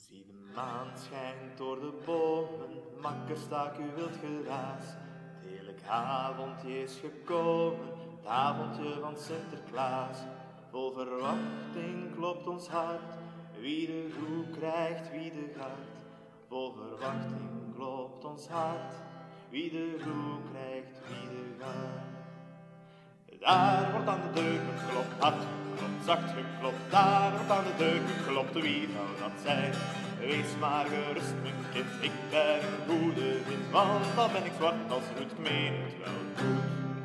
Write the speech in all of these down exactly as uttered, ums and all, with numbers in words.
Zie de maan schijnt door de bomen, makker staak uw wild geraas. Het heerlijk avondje is gekomen, het avondje van Sinterklaas. Vol verwachting klopt ons hart, wie de roe krijgt, wie de gaat. Vol verwachting klopt ons hart, wie de roe krijgt, wie de gaat. Daar wordt aan de deur geklopt, hard geklopt, zacht geklopt. Daar wordt aan de deur geklopt, wie zou dat zijn? Wees maar gerust, mijn kind, ik ben een goede wind, want al ben ik zwart als roet, ik meen het wel goed.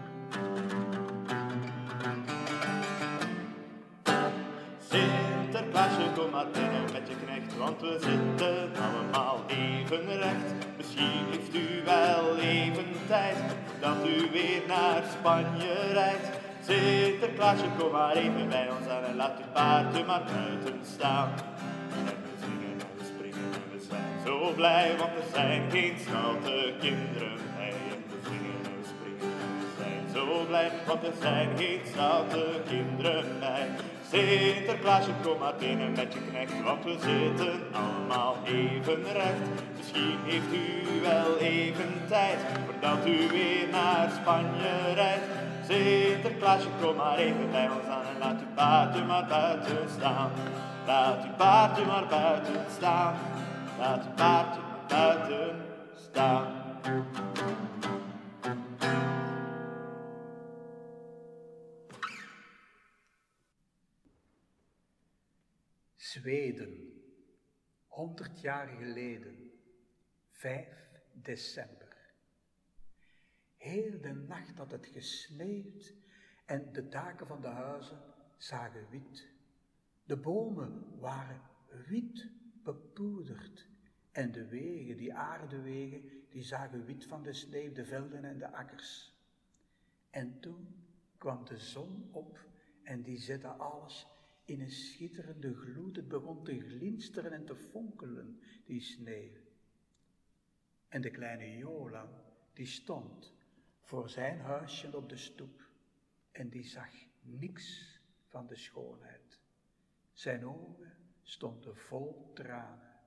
Sinterklaasje, kom maar binnen met je knecht, want we zitten allemaal even recht. Misschien heeft u wel even tijd, dat u weer naar Spanje rijdt. Sinterklaasje, kom maar even bij ons aan en laat uw paardje maar buiten staan. En we zingen en we springen en we zijn zo blij, want er zijn geen stoute kinderen bij. En we zingen en we springen en we zijn zo blij, want er zijn geen stoute kinderen bij. Sinterklaasje, kom maar binnen met je knecht, want we zitten allemaal even recht. Misschien heeft u wel even tijd, voordat u weer naar Spanje rijdt. Sinterklaasje, kom maar even bij ons aan en laat uw paardje maar buiten staan. Laat uw paardje maar buiten staan. Laat uw paardje maar buiten staan. Zweden, honderd jaar geleden, vijf december. Heel de nacht had het gesneeuwd en de daken van de huizen zagen wit. De bomen waren wit bepoederd en de wegen, die aardewegen, die zagen wit van de sneeuw, de velden en de akkers. En toen kwam de zon op en die zette alles in een schitterende gloed. Het begon te glinsteren en te fonkelen, die sneeuw. En de kleine Jolan, die stond voor zijn huisje op de stoep en die zag niks van de schoonheid. Zijn ogen stonden vol tranen.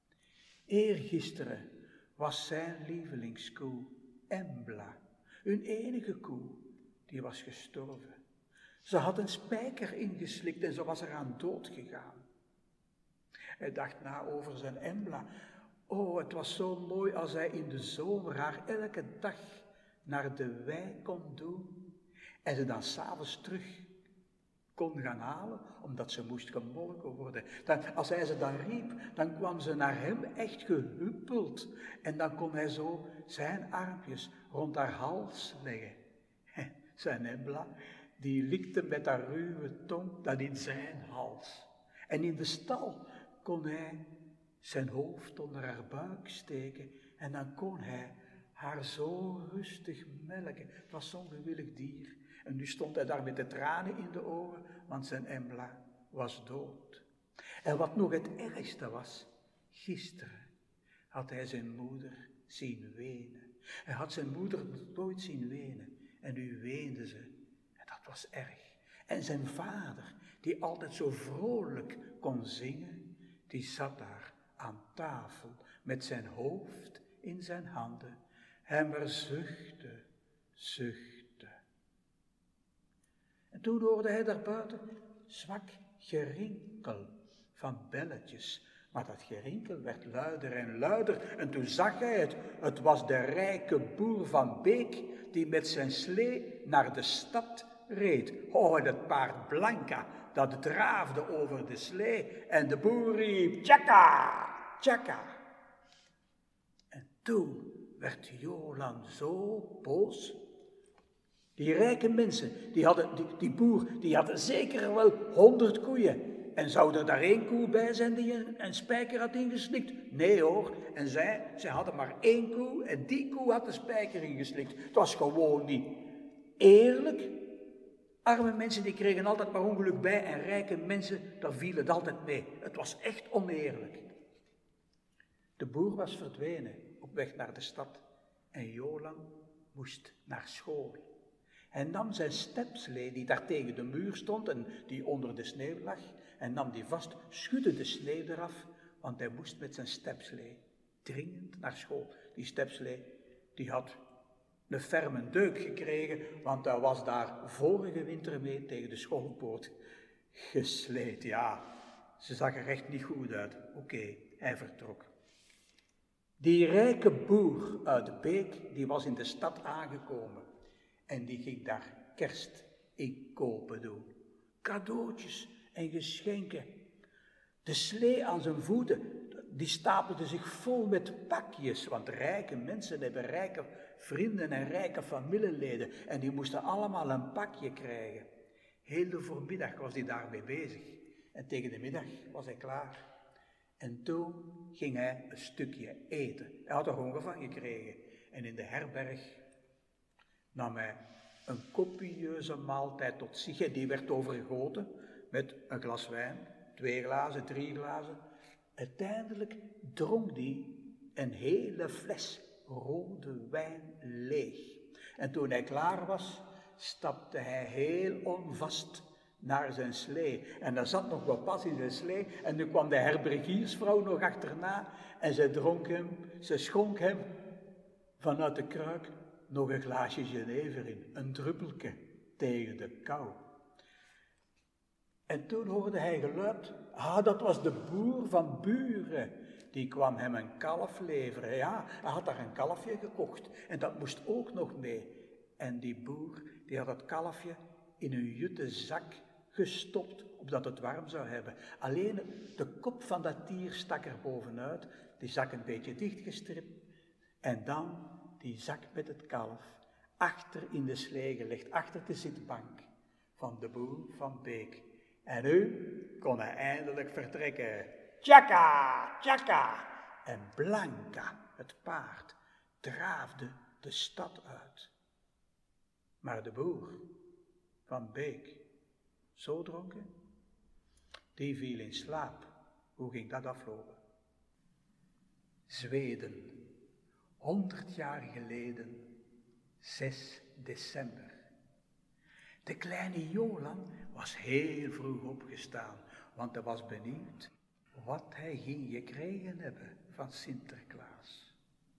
Eergisteren was zijn lievelingskoe, Embla, hun enige koe, die was gestorven. Ze had een spijker ingeslikt en ze was eraan dood gegaan. Hij dacht na over zijn Embla. Oh, het was zo mooi als hij in de zomer haar elke dag naar de wei kon doen en ze dan 's avonds terug kon gaan halen, omdat ze moest gemolken worden. Dan, als hij ze dan riep, dan kwam ze naar hem echt gehuppeld en dan kon hij zo zijn armpjes rond haar hals leggen. Zijn Embla, die likte met haar ruwe tong dat in zijn hals. En in de stal kon hij zijn hoofd onder haar buik steken en dan kon hij haar zo rustig melken. Het was zo'n gewillig dier. En nu stond hij daar met de tranen in de ogen, want zijn Embla was dood. En wat nog het ergste was, gisteren had hij zijn moeder zien wenen. Hij had zijn moeder nooit zien wenen en nu weende ze. En dat was erg. En zijn vader, die altijd zo vrolijk kon zingen, die zat daar aan tafel met zijn hoofd in zijn handen en maar zuchtte, zuchtte. En toen hoorde hij daarbuiten zwak gerinkel van belletjes. Maar dat gerinkel werd luider en luider en toen zag hij het. Het was de rijke boer van Beek die met zijn slee naar de stad reed. Oh, en het paard Blanca, dat draafde over de slee en de boer riep tjaka, tjaka. En toen werd Jolan zo boos. Die rijke mensen, die, hadden, die, die boer, die had zeker wel honderd koeien. En zou er daar één koe bij zijn die een, een spijker had ingeslikt? Nee hoor. En zij, zij hadden maar één koe en die koe had de spijker ingeslikt. Het was gewoon niet eerlijk. Arme mensen die kregen altijd maar ongeluk bij en rijke mensen, daar viel het altijd mee. Het was echt oneerlijk. De boer was verdwenen op weg naar de stad en Jolan moest naar school. Hij nam zijn stepslee die daar tegen de muur stond en die onder de sneeuw lag en nam die vast, schudde de sneeuw eraf, want hij moest met zijn stepslee dringend naar school. Die stepslee, die had een ferme deuk gekregen, want hij was daar vorige winter mee tegen de schoolpoort gesleed. Ja, ze zag er echt niet goed uit. Oké, okay, hij vertrok. Die rijke boer uit de Beek, die was in de stad aangekomen en die ging daar kerstinkopen doen. Cadeautjes en geschenken. De slee aan zijn voeten, die stapelde zich vol met pakjes, want rijke mensen hebben rijke vrienden en rijke familieleden en die moesten allemaal een pakje krijgen. Heel de voormiddag was hij daarmee bezig en tegen de middag was hij klaar. En toen ging hij een stukje eten. Hij had er honger van gekregen en in de herberg nam hij een copieuze maaltijd tot zich en die werd overgoten met een glas wijn, twee glazen, drie glazen. Uiteindelijk dronk hij een hele fles rode wijn leeg. En toen hij klaar was, stapte hij heel onvast naar zijn slee. En er zat nog wat pas in zijn slee en nu kwam de herbergiersvrouw nog achterna en ze dronk hem, ze schonk hem vanuit de kruik nog een glaasje jenever in, een druppeltje tegen de kou. En toen hoorde hij geluid, ah, dat was de boer van Buren. Die kwam hem een kalf leveren. Ja, hij had daar een kalfje gekocht en dat moest ook nog mee. En die boer, die had het kalfje in een jute zak gestopt, opdat het warm zou hebben. Alleen de kop van dat dier stak er bovenuit, die zak een beetje dichtgestript. En dan die zak met het kalf, achter in de slee gelegd, achter de zitbank van de boer van Beek. En nu kon hij eindelijk vertrekken. Tjaka, tjaka. En Blanka, het paard, draafde de stad uit. Maar de boer van Beek, zo dronken, die viel in slaap. Hoe ging dat aflopen? Zweden, honderd jaar geleden, zes december. De kleine Jolan was heel vroeg opgestaan, want hij was benieuwd wat hij ging gekregen hebben van Sinterklaas.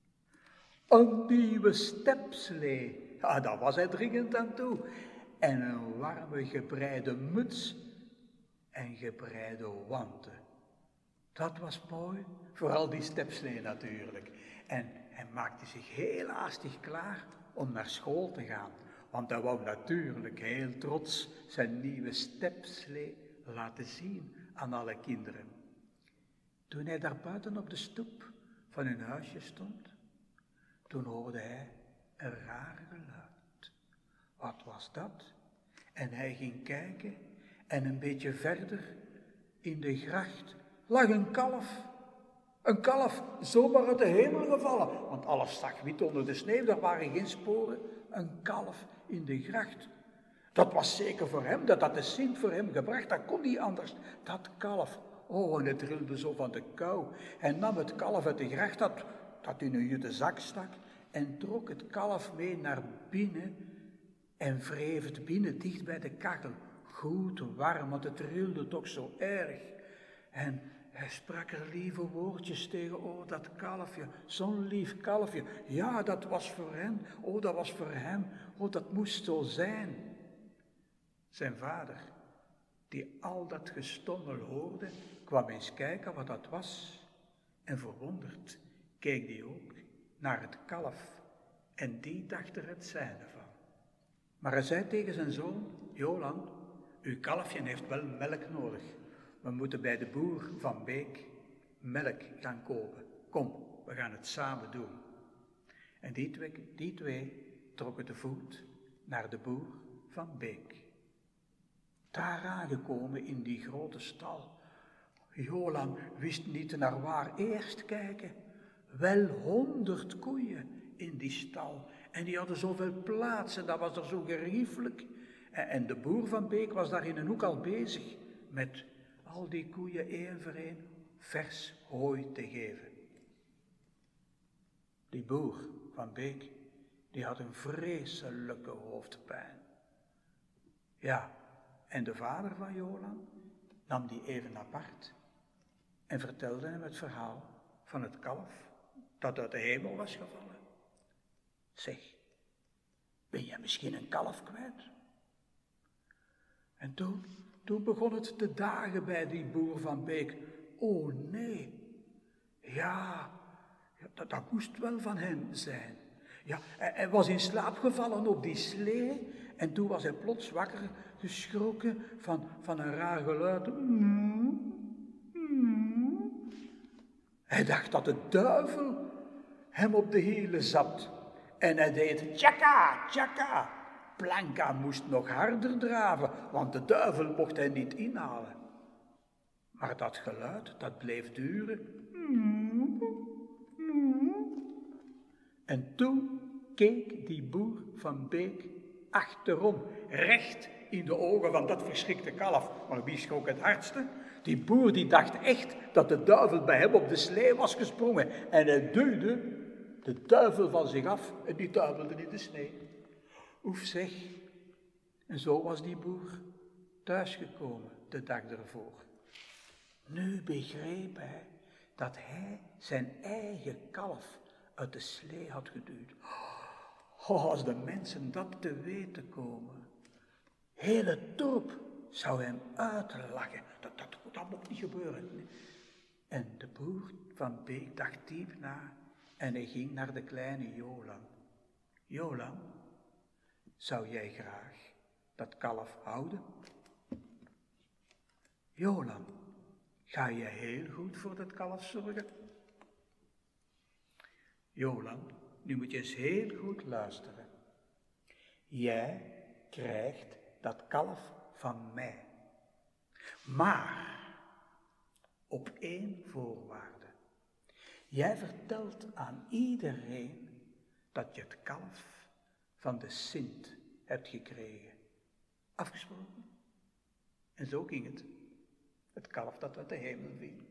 Een nieuwe stepslee, ja, daar was hij dringend aan toe. En een warme gebreide muts en gebreide wanten. Dat was mooi, vooral die stepslee natuurlijk. En hij maakte zich heel haastig klaar om naar school te gaan. Want hij wou natuurlijk heel trots zijn nieuwe stepslee laten zien aan alle kinderen. Toen hij daar buiten op de stoep van hun huisje stond, toen hoorde hij een raar geluid. Wat was dat? En hij ging kijken en een beetje verder in de gracht lag een kalf. Een kalf, zomaar uit de hemel gevallen, want alles stak wit onder de sneeuw, daar waren geen sporen. Een kalf in de gracht. Dat was zeker voor hem, dat had de Sint voor hem gebracht, dat kon niet anders. Dat kalf, oh, en het trilde zo van de kou. Hij nam het kalf uit de gracht, dat, dat in een jute zak stak, en trok het kalf mee naar binnen en wreef het binnen dicht bij de kachel. Goed warm, want het trilde toch zo erg. En hij sprak er lieve woordjes tegen, oh dat kalfje, zo'n lief kalfje. Ja, dat was voor hem, oh dat was voor hem, oh dat moest zo zijn. Zijn vader, die al dat gestommel hoorde, kwam eens kijken wat dat was. En verwonderd keek hij ook naar het kalf en die dacht er het zijne van. Maar hij zei tegen zijn zoon, Jolan, uw kalfje heeft wel melk nodig. We moeten bij de boer van Beek melk gaan kopen. Kom, we gaan het samen doen. En die twee, die twee trokken te voet naar de boer van Beek. Daar aangekomen in die grote stal. Jolan wist niet naar waar eerst kijken. Wel honderd koeien in die stal. En die hadden zoveel plaats en dat was er zo geriefelijk. En, en de boer van Beek was daar in een hoek al bezig met al die koeien één voor één vers hooi te geven. Die boer van Beek, die had een vreselijke hoofdpijn. Ja, en de vader van Jolan nam die even apart en vertelde hem het verhaal van het kalf dat uit de hemel was gevallen. Zeg, ben jij misschien een kalf kwijt? En toen, toen begon het te dagen bij die boer van Beek. Oh nee, ja, ja dat, dat moest wel van hem zijn. Ja, hij, hij was in slaap gevallen op die slee en toen was hij plots wakker geschrokken van, van een raar geluid. Mm, mm. Hij dacht dat de duivel hem op de hielen zat en hij deed tjaka, tjaka. Planka moest nog harder draven, want de duivel mocht hij niet inhalen. Maar dat geluid, dat bleef duren. Mm, mm. En toen keek die boer van Beek achterom, recht in de ogen van dat verschrikte kalf. Maar wie schrok het hardste? Die boer die dacht echt dat de duivel bij hem op de slee was gesprongen. En hij duwde de duivel van zich af en die tuimelde in de slee. Oef zeg, en zo was die boer thuisgekomen de dag ervoor. Nu begreep hij dat hij zijn eigen kalf uit de slee had geduwd. Oh, als de mensen dat te weten komen. Heel het dorp zou hem uitlachen. Dat, dat, dat mocht niet gebeuren. En de boer van Beek dacht diep na en hij ging naar de kleine Jolan. Jolan, zou jij graag dat kalf houden? Jolan, ga je heel goed voor dat kalf zorgen? Jolan, nu moet je eens heel goed luisteren. Jij krijgt dat kalf van mij. Maar op één voorwaarde. Jij vertelt aan iedereen dat je het kalf van de Sint hebt gekregen. Afgesproken? En zo ging het. Het kalf dat uit de hemel viel.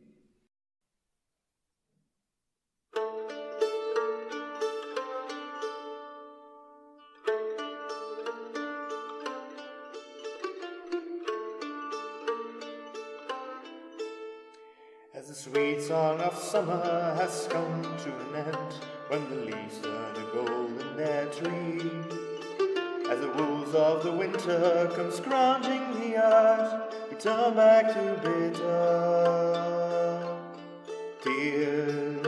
As the sweet song of summer has come to an end, when the leaves turn to gold in their tree, as the wolves of the winter come scrounging the earth, we turn back to bitter tears.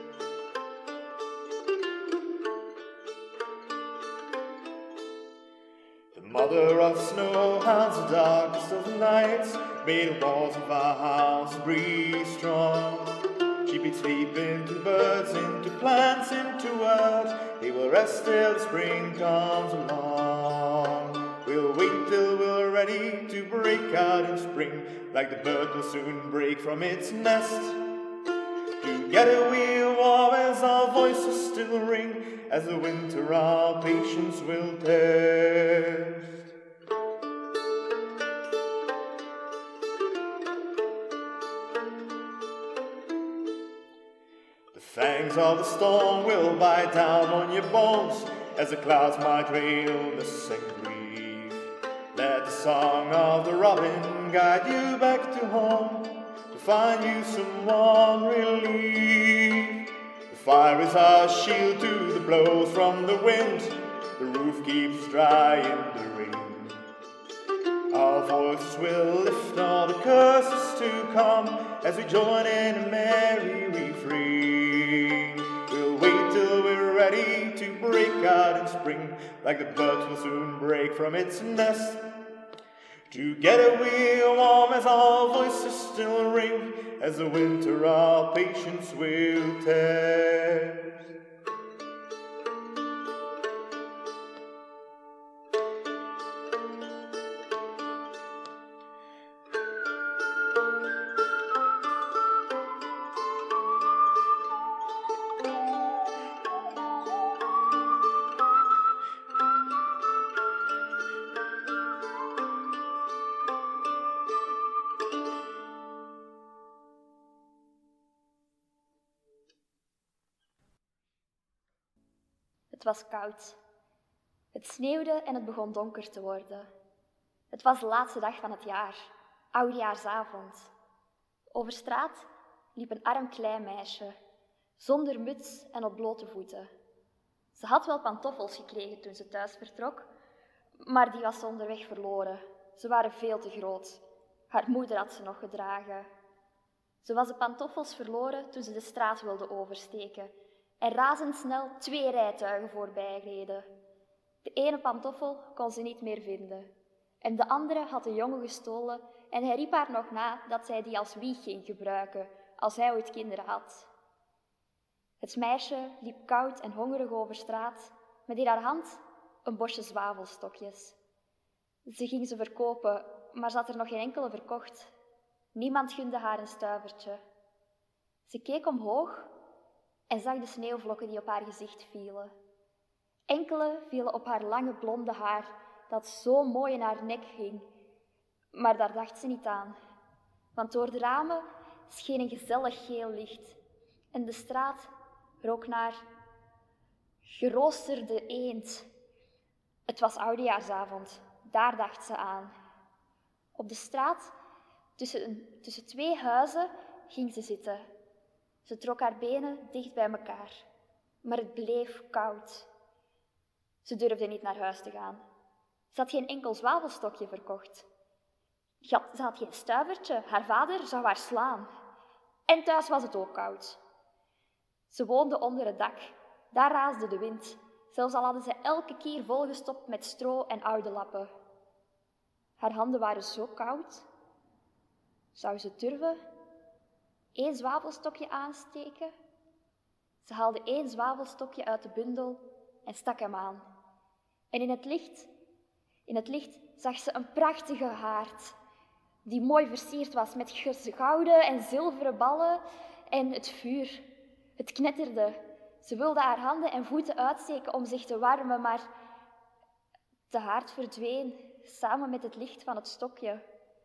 The mother of snow hounds the darkest of the nights, made the walls of our house breathe strong. She beats sleep into birds, into plants, into earth. They will rest till the spring comes along. We'll wait till we're ready to break out in spring, like the bird will soon break from its nest. Together we'll warm as our voices still ring, as the winter our patience will test. The fangs of the storm will bite down on your bones, as the clouds might rain illness and grief. Let the song of the robin guide you back to home, to find you some warm relief. The fire is our shield to the blows from the wind, the roof keeps dry in the rain. Our voices will lift all the curses to come, as we join in a merry refrain. We'll wait till we're ready to break out in spring, like the bird will soon break from its nest. Together we're warm as our voices still ring, as the winter our patience will test. Het was koud. Het sneeuwde en het begon donker te worden. Het was de laatste dag van het jaar, oudejaarsavond. Over straat liep een arm klein meisje, zonder muts en op blote voeten. Ze had wel pantoffels gekregen toen ze thuis vertrok, maar die was ze onderweg verloren. Ze waren veel te groot. Haar moeder had ze nog gedragen. Ze was de pantoffels verloren toen ze de straat wilde oversteken en razendsnel twee rijtuigen voorbij reden. De ene pantoffel kon ze niet meer vinden en de andere had de jongen gestolen en hij riep haar nog na dat zij die als wieg ging gebruiken als hij ooit kinderen had. Het meisje liep koud en hongerig over straat met in haar hand een bosje zwavelstokjes. Ze ging ze verkopen, maar ze had er nog geen enkele verkocht. Niemand gunde haar een stuivertje. Ze keek omhoog en zag de sneeuwvlokken die op haar gezicht vielen. Enkele vielen op haar lange blonde haar, dat zo mooi in haar nek hing. Maar daar dacht ze niet aan, want door de ramen scheen een gezellig geel licht en de straat rook naar geroosterde eend. Het was oudejaarsavond, daar dacht ze aan. Op de straat, tussen, tussen twee huizen, ging ze zitten. Ze trok haar benen dicht bij elkaar, maar het bleef koud. Ze durfde niet naar huis te gaan. Ze had geen enkel zwavelstokje verkocht. Ze had, ze had geen stuivertje, haar vader zou haar slaan. En thuis was het ook koud. Ze woonde onder het dak, daar raasde de wind. Zelfs al hadden ze elke kier volgestopt met stro en oude lappen. Haar handen waren zo koud. Zou ze durven één zwavelstokje aansteken? Ze haalde één zwavelstokje uit de bundel en stak hem aan. En in het licht, in het licht zag ze een prachtige haard, die mooi versierd was met gouden en zilveren ballen en het vuur. Het knetterde. Ze wilde haar handen en voeten uitsteken om zich te warmen, maar de haard verdween samen met het licht van het stokje.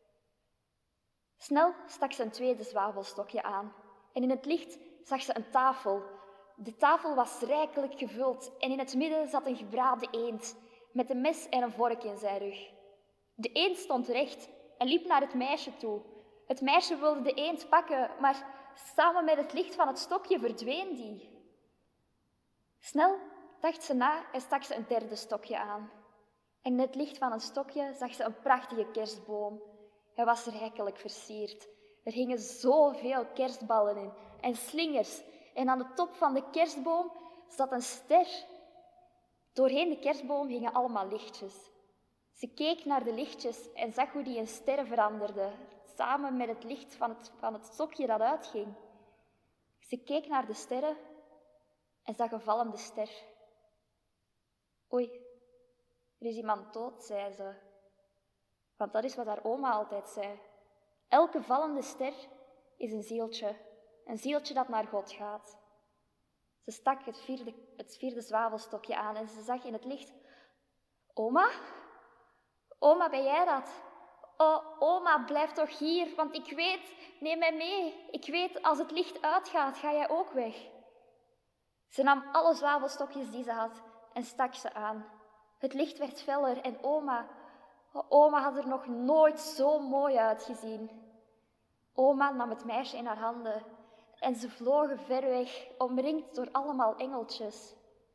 Snel stak ze een tweede zwavelstokje aan en in het licht zag ze een tafel. De tafel was rijkelijk gevuld en in het midden zat een gebraden eend met een mes en een vork in zijn rug. De eend stond recht en liep naar het meisje toe. Het meisje wilde de eend pakken, maar samen met het licht van het stokje verdween die. Snel dacht ze na en stak ze een derde stokje aan. En in het licht van een stokje zag ze een prachtige kerstboom. Hij was rijkelijk versierd. Er hingen zoveel kerstballen in en slingers. En aan de top van de kerstboom zat een ster. Doorheen de kerstboom hingen allemaal lichtjes. Ze keek naar de lichtjes en zag hoe die in sterren veranderden, samen met het licht van het, van het stokje dat uitging. Ze keek naar de sterren en zag een vallende ster. Oei, er is iemand dood, zei ze. Want dat is wat haar oma altijd zei. Elke vallende ster is een zieltje, een zieltje dat naar God gaat. Ze stak het vierde, het vierde zwavelstokje aan en ze zag in het licht: Oma? Oma, ben jij dat? Oh, oma, blijf toch hier, want ik weet, neem mij mee. Ik weet, als het licht uitgaat, ga jij ook weg. Ze nam alle zwavelstokjes die ze had en stak ze aan. Het licht werd feller en oma, oh, oma had er nog nooit zo mooi uitgezien. Oma nam het meisje in haar handen en ze vlogen ver weg, omringd door allemaal engeltjes.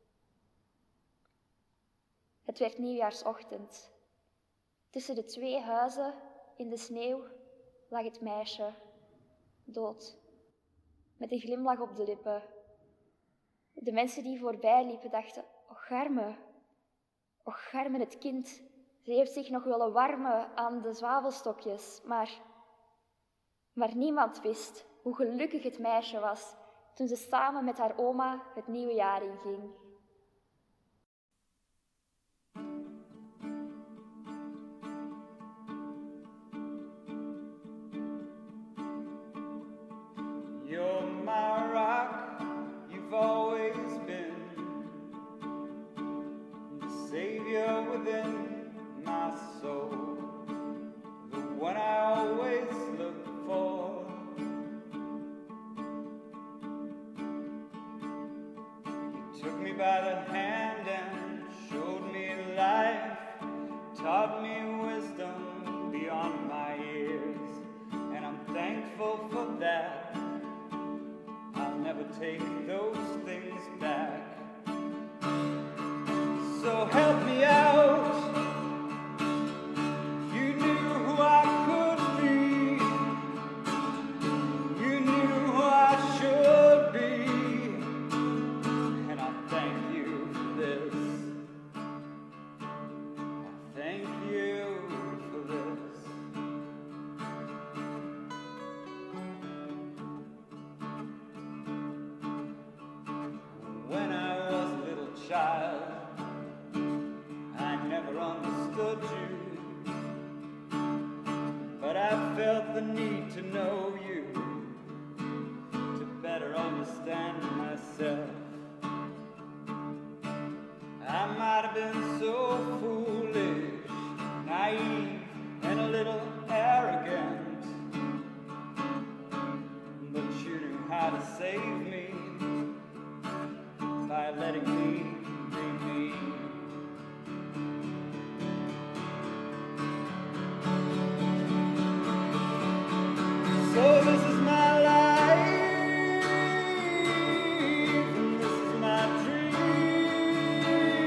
Het werd nieuwjaarsochtend. Tussen de twee huizen in de sneeuw lag het meisje, dood, met een glimlach op de lippen. De mensen die voorbij liepen dachten: Och, Garme, och, Garme, het kind. Ze heeft zich nog willen warmen aan de zwavelstokjes, maar, maar niemand wist hoe gelukkig het meisje was toen ze samen met haar oma het nieuwe jaar inging. You're my rock, you've always been the savior within my soul, the one I always look for. You took me by the hand and showed me life, taught me wisdom beyond my years, and I'm thankful for that. never take those things back. So help me out. You knew who I could be. You knew who I should be. And I thank you for this. I thank you for this. When I was a little child, I never understood you, but I felt the need to know you, to better understand myself. I might have been so foolish, naive, and a little arrogant, but you knew how to save me by letting me be me. So this is my life, and this is my dream,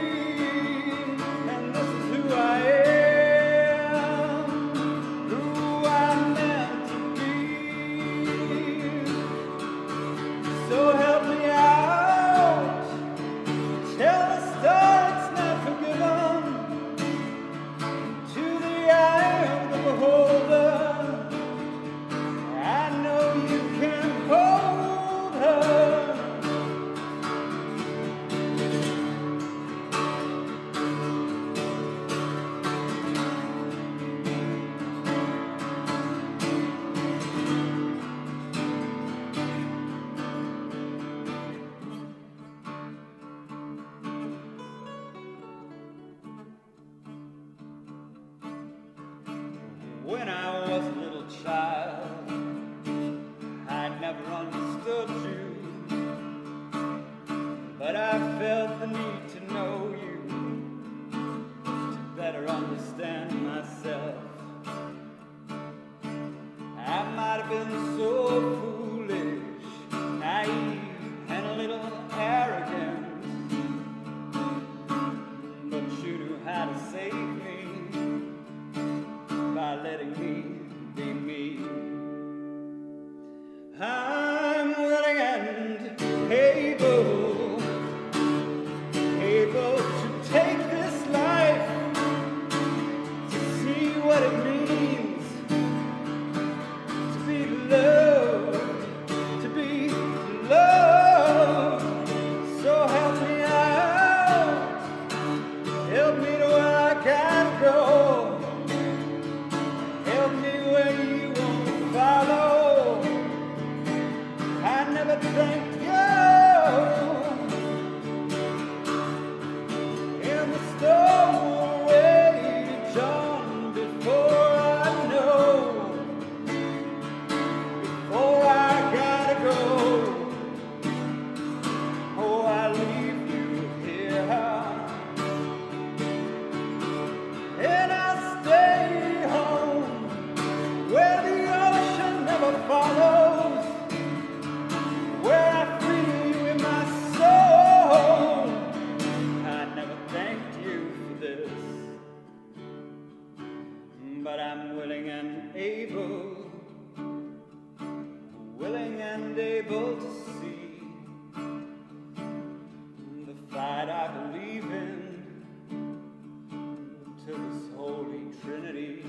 and this is who I am, who I'm meant to be. So help me out, tell the star it's not forgiven, to the eye of the beholder. I know you can hold her. When I was a little child, I never understood you, but I felt the need to know you, to better understand myself. I might have been so foolish, naive, and a little arrogant, but you knew how to save me by letting me be me. I'm willing and able, able to take this life, to see what it means to be loved, to be loved. So help me out, help me to where I gotta go, help me where you want to follow. I never thanked you, and the storm will rage on before I know, before I gotta go. Oh, I leave you here, and I stay home where the ocean never follows, where I feel you in my soul. I never thanked you for this, but I'm willing and able, willing and able to see the fight I believe in to this holy trinity.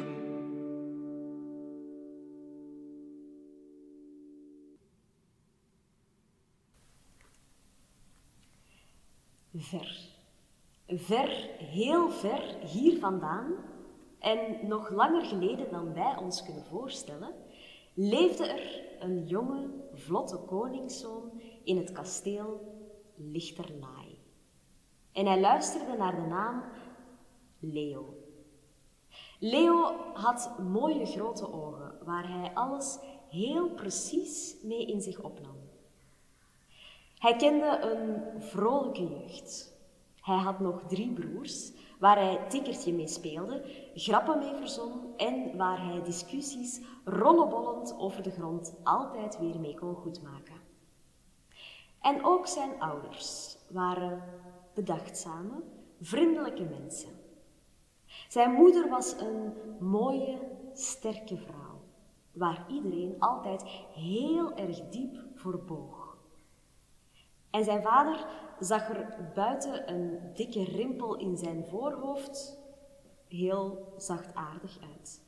Ver, ver, heel ver hier vandaan en nog langer geleden dan wij ons kunnen voorstellen, leefde er een jonge, vlotte koningszoon in het kasteel Lichterlaai. En hij luisterde naar de naam Leo. Leo had mooie grote ogen, waar hij alles heel precies mee in zich opnam. Hij kende een vrolijke jeugd. Hij had nog drie broers, waar hij tikkertje mee speelde, grappen mee verzon en waar hij discussies rollenbollend over de grond altijd weer mee kon goedmaken. En ook zijn ouders waren bedachtzame, vriendelijke mensen. Zijn moeder was een mooie, sterke vrouw, waar iedereen altijd heel erg diep voor boog. En zijn vader zag er buiten een dikke rimpel in zijn voorhoofd heel zachtaardig uit.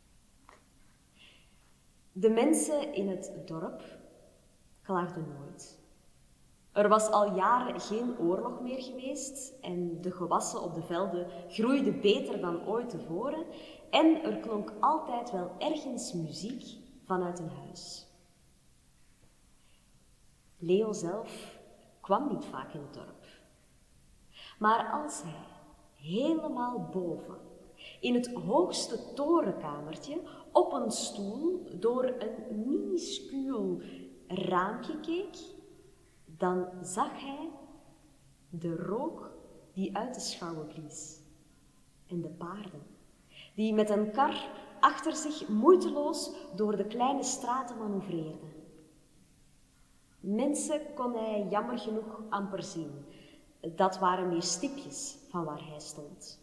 De mensen in het dorp klaagden nooit. Er was al jaren geen oorlog meer geweest en de gewassen op de velden groeiden beter dan ooit tevoren en er klonk altijd wel ergens muziek vanuit een huis. Leo zelf kwam niet vaak in het dorp. Maar als hij helemaal boven, in het hoogste torenkamertje, op een stoel door een minuscuul raampje keek, dan zag hij de rook die uit de schouwen blies en de paarden die met een kar achter zich moeiteloos door de kleine straten manoeuvreerden. Mensen kon hij jammer genoeg amper zien. Dat waren meer stipjes van waar hij stond.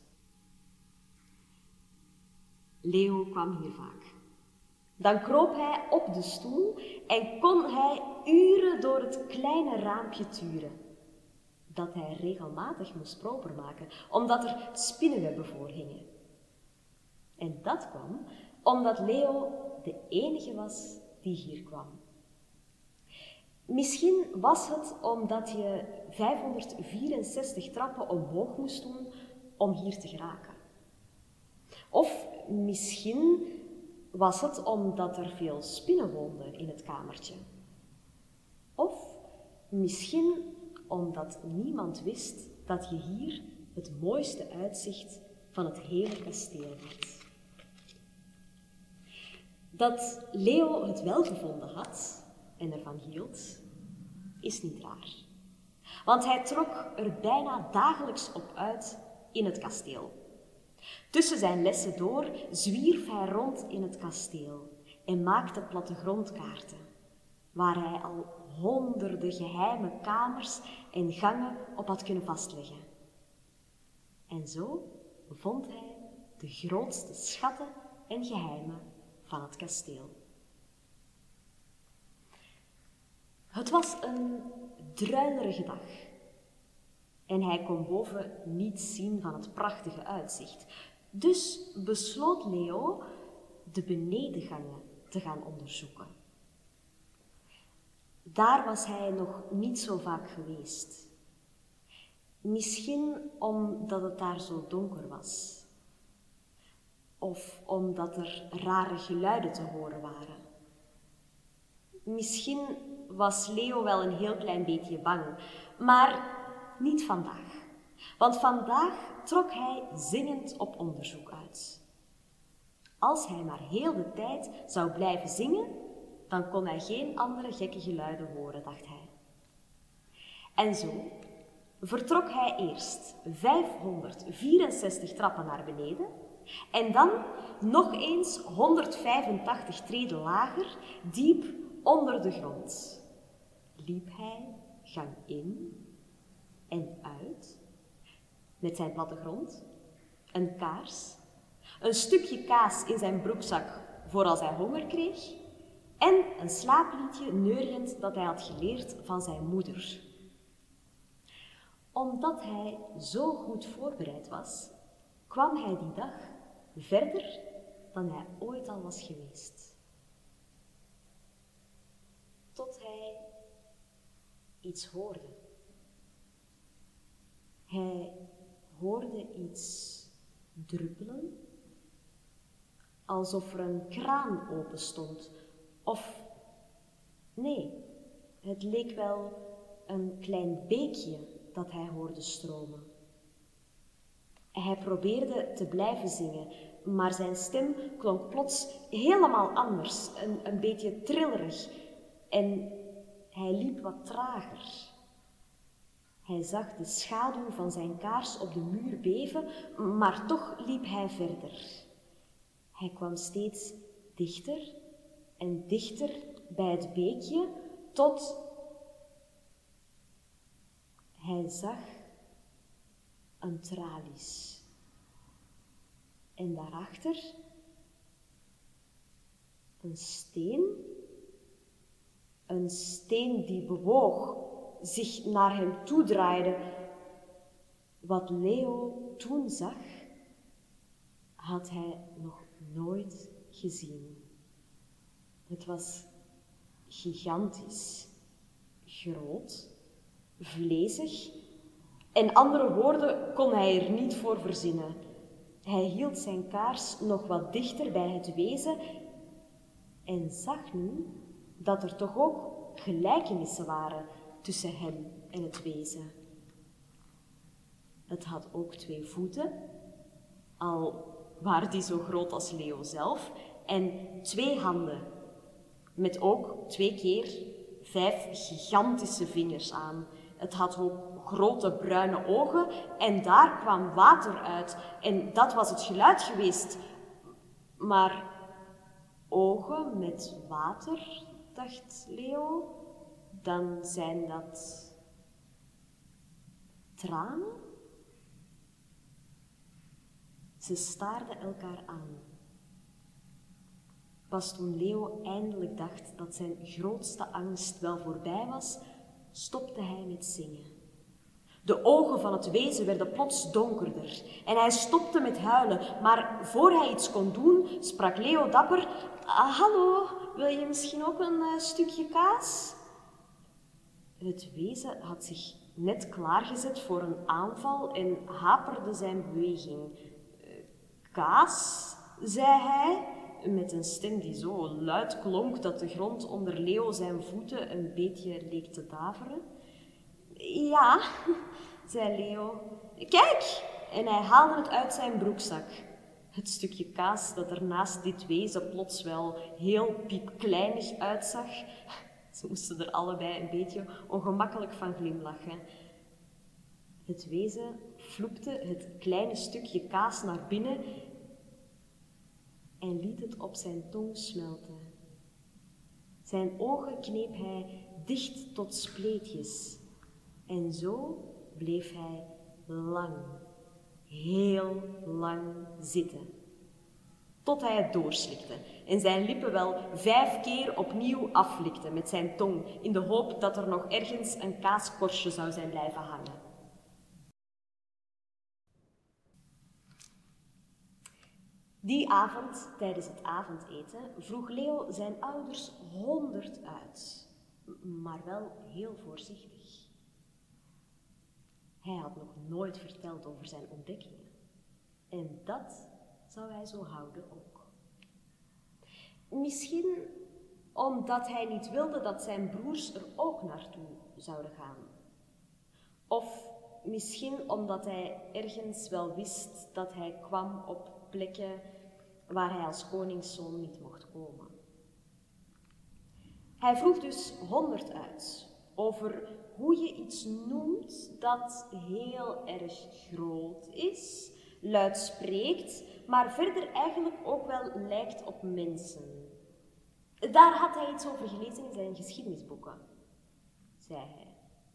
Leo kwam hier vaak. Dan kroop hij op de stoel en kon hij uren door het kleine raampje turen, dat hij regelmatig moest propermaken, omdat er spinnenwebben voor hingen. En dat kwam omdat Leo de enige was die hier kwam. Misschien was het omdat je vijfhonderdvierenzestig trappen omhoog moest doen om hier te geraken. Of misschien was het omdat er veel spinnen woonden in het kamertje. Of misschien omdat niemand wist dat je hier het mooiste uitzicht van het hele kasteel had. Dat Leo het wel gevonden had en ervan hield, is niet raar. Want hij trok er bijna dagelijks op uit in het kasteel. Tussen zijn lessen door zwierf hij rond in het kasteel en maakte plattegrondkaarten, waar hij al honderden geheime kamers en gangen op had kunnen vastleggen. En zo vond hij de grootste schatten en geheimen van het kasteel. Het was een druilerige dag en hij kon boven niets zien van het prachtige uitzicht. Dus besloot Leo de benedengangen te gaan onderzoeken. Daar was hij nog niet zo vaak geweest. Misschien omdat het daar zo donker was. Of omdat er rare geluiden te horen waren. Misschien was Leo wel een heel klein beetje bang, maar niet vandaag. Want vandaag trok hij zingend op onderzoek uit. Als hij maar heel de tijd zou blijven zingen, dan kon hij geen andere gekke geluiden horen, dacht hij. En zo vertrok hij eerst vijfhonderdvierenzestig trappen naar beneden en dan nog eens honderdvijfentachtig treden lager, diep onder de grond. Liep hij gang in en uit met zijn plattegrond, een kaars, een stukje kaas in zijn broekzak voor als hij honger kreeg en een slaapliedje neuriënd dat hij had geleerd van zijn moeder. Omdat hij zo goed voorbereid was, kwam hij die dag verder dan hij ooit al was geweest. Tot hij iets hoorde. Hij hoorde iets druppelen, alsof er een kraan open stond. Of, nee, het leek wel een klein beekje dat hij hoorde stromen. Hij probeerde te blijven zingen, maar zijn stem klonk plots helemaal anders, een, een beetje trillerig. En hij liep wat trager. Hij zag de schaduw van zijn kaars op de muur beven, maar toch liep hij verder. Hij kwam steeds dichter en dichter bij het beekje, tot Hij zag een tralies. En daarachter een steen. Een steen die bewoog, zich naar hem toedraaide. Wat Leo toen zag, had hij nog nooit gezien. Het was gigantisch, groot, vlezig en andere woorden kon hij er niet voor verzinnen. Hij hield zijn kaars nog wat dichter bij het wezen en zag nu dat er toch ook gelijkenissen waren tussen hem en het wezen. Het had ook twee voeten, al waren die zo groot als Leo zelf, en twee handen, met ook twee keer vijf gigantische vingers aan. Het had ook grote bruine ogen en daar kwam water uit. En dat was het geluid geweest. Maar ogen met water, dacht Leo, dan zijn dat tranen? Ze staarden elkaar aan. Pas toen Leo eindelijk dacht dat zijn grootste angst wel voorbij was, stopte hij met zingen. De ogen van het wezen werden plots donkerder en hij stopte met huilen, maar voor hij iets kon doen, sprak Leo dapper: ah, hallo, wil je misschien ook een uh, stukje kaas? Het wezen had zich net klaargezet voor een aanval en haperde zijn beweging. Uh, kaas, zei hij, met een stem die zo luid klonk dat de grond onder Leo zijn voeten een beetje leek te daveren. Ja, zei Leo. Kijk! En hij haalde het uit zijn broekzak. Het stukje kaas dat er naast dit wezen plots wel heel piepkleinig uitzag. Ze moesten er allebei een beetje ongemakkelijk van glimlachen. Het wezen vloepte het kleine stukje kaas naar binnen en liet het op zijn tong smelten. Zijn ogen kneep hij dicht tot spleetjes. En zo bleef hij lang, heel lang zitten. Tot hij het doorslikte en zijn lippen wel vijf keer opnieuw aflikte met zijn tong, in de hoop dat er nog ergens een kaaskorstje zou zijn blijven hangen. Die avond, tijdens het avondeten, vroeg Leo zijn ouders honderd uit, maar wel heel voorzichtig. Hij had nog nooit verteld over zijn ontdekkingen. En dat zou hij zo houden ook. Misschien omdat hij niet wilde dat zijn broers er ook naartoe zouden gaan. Of misschien omdat hij ergens wel wist dat hij kwam op plekken waar hij als koningszoon niet mocht komen. Hij vroeg dus honderd uit over hoe je iets noemt dat heel erg groot is, luid spreekt, maar verder eigenlijk ook wel lijkt op mensen. Daar had hij iets over gelezen in zijn geschiedenisboeken, zei hij.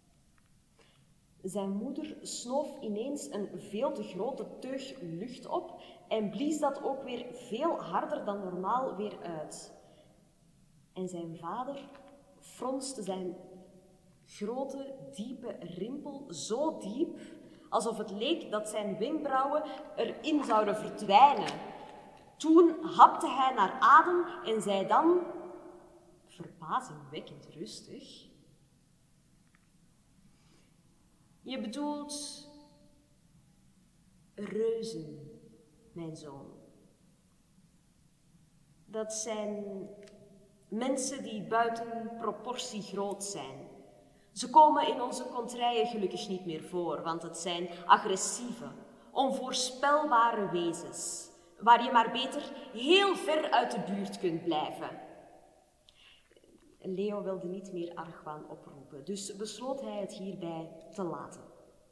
Zijn moeder snoof ineens een veel te grote teug lucht op en blies dat ook weer veel harder dan normaal weer uit. En zijn vader fronste zijn grote, diepe rimpel zo diep, alsof het leek dat zijn wenkbrauwen erin zouden verdwijnen. Toen hapte hij naar adem en zei dan, verbazingwekkend rustig: je bedoelt reuzen, mijn zoon. Dat zijn mensen die buiten proportie groot zijn. Ze komen in onze kontrijen gelukkig niet meer voor, want het zijn agressieve, onvoorspelbare wezens, waar je maar beter heel ver uit de buurt kunt blijven. Leo wilde niet meer argwaan oproepen, dus besloot hij het hierbij te laten.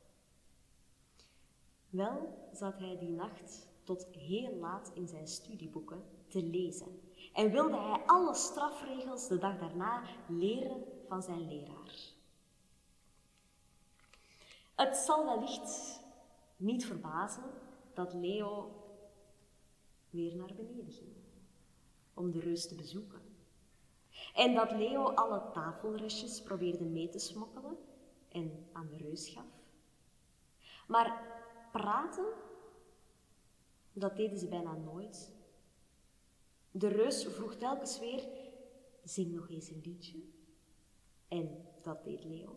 Wel zat hij die nacht tot heel laat in zijn studieboeken te lezen en wilde hij alle strafregels de dag daarna leren van zijn leraar. Het zal wellicht niet verbazen dat Leo weer naar beneden ging om de reus te bezoeken. En dat Leo alle tafelrestjes probeerde mee te smokkelen en aan de reus gaf. Maar praten, dat deden ze bijna nooit. De reus vroeg telkens weer, zing nog eens een liedje. En dat deed Leo.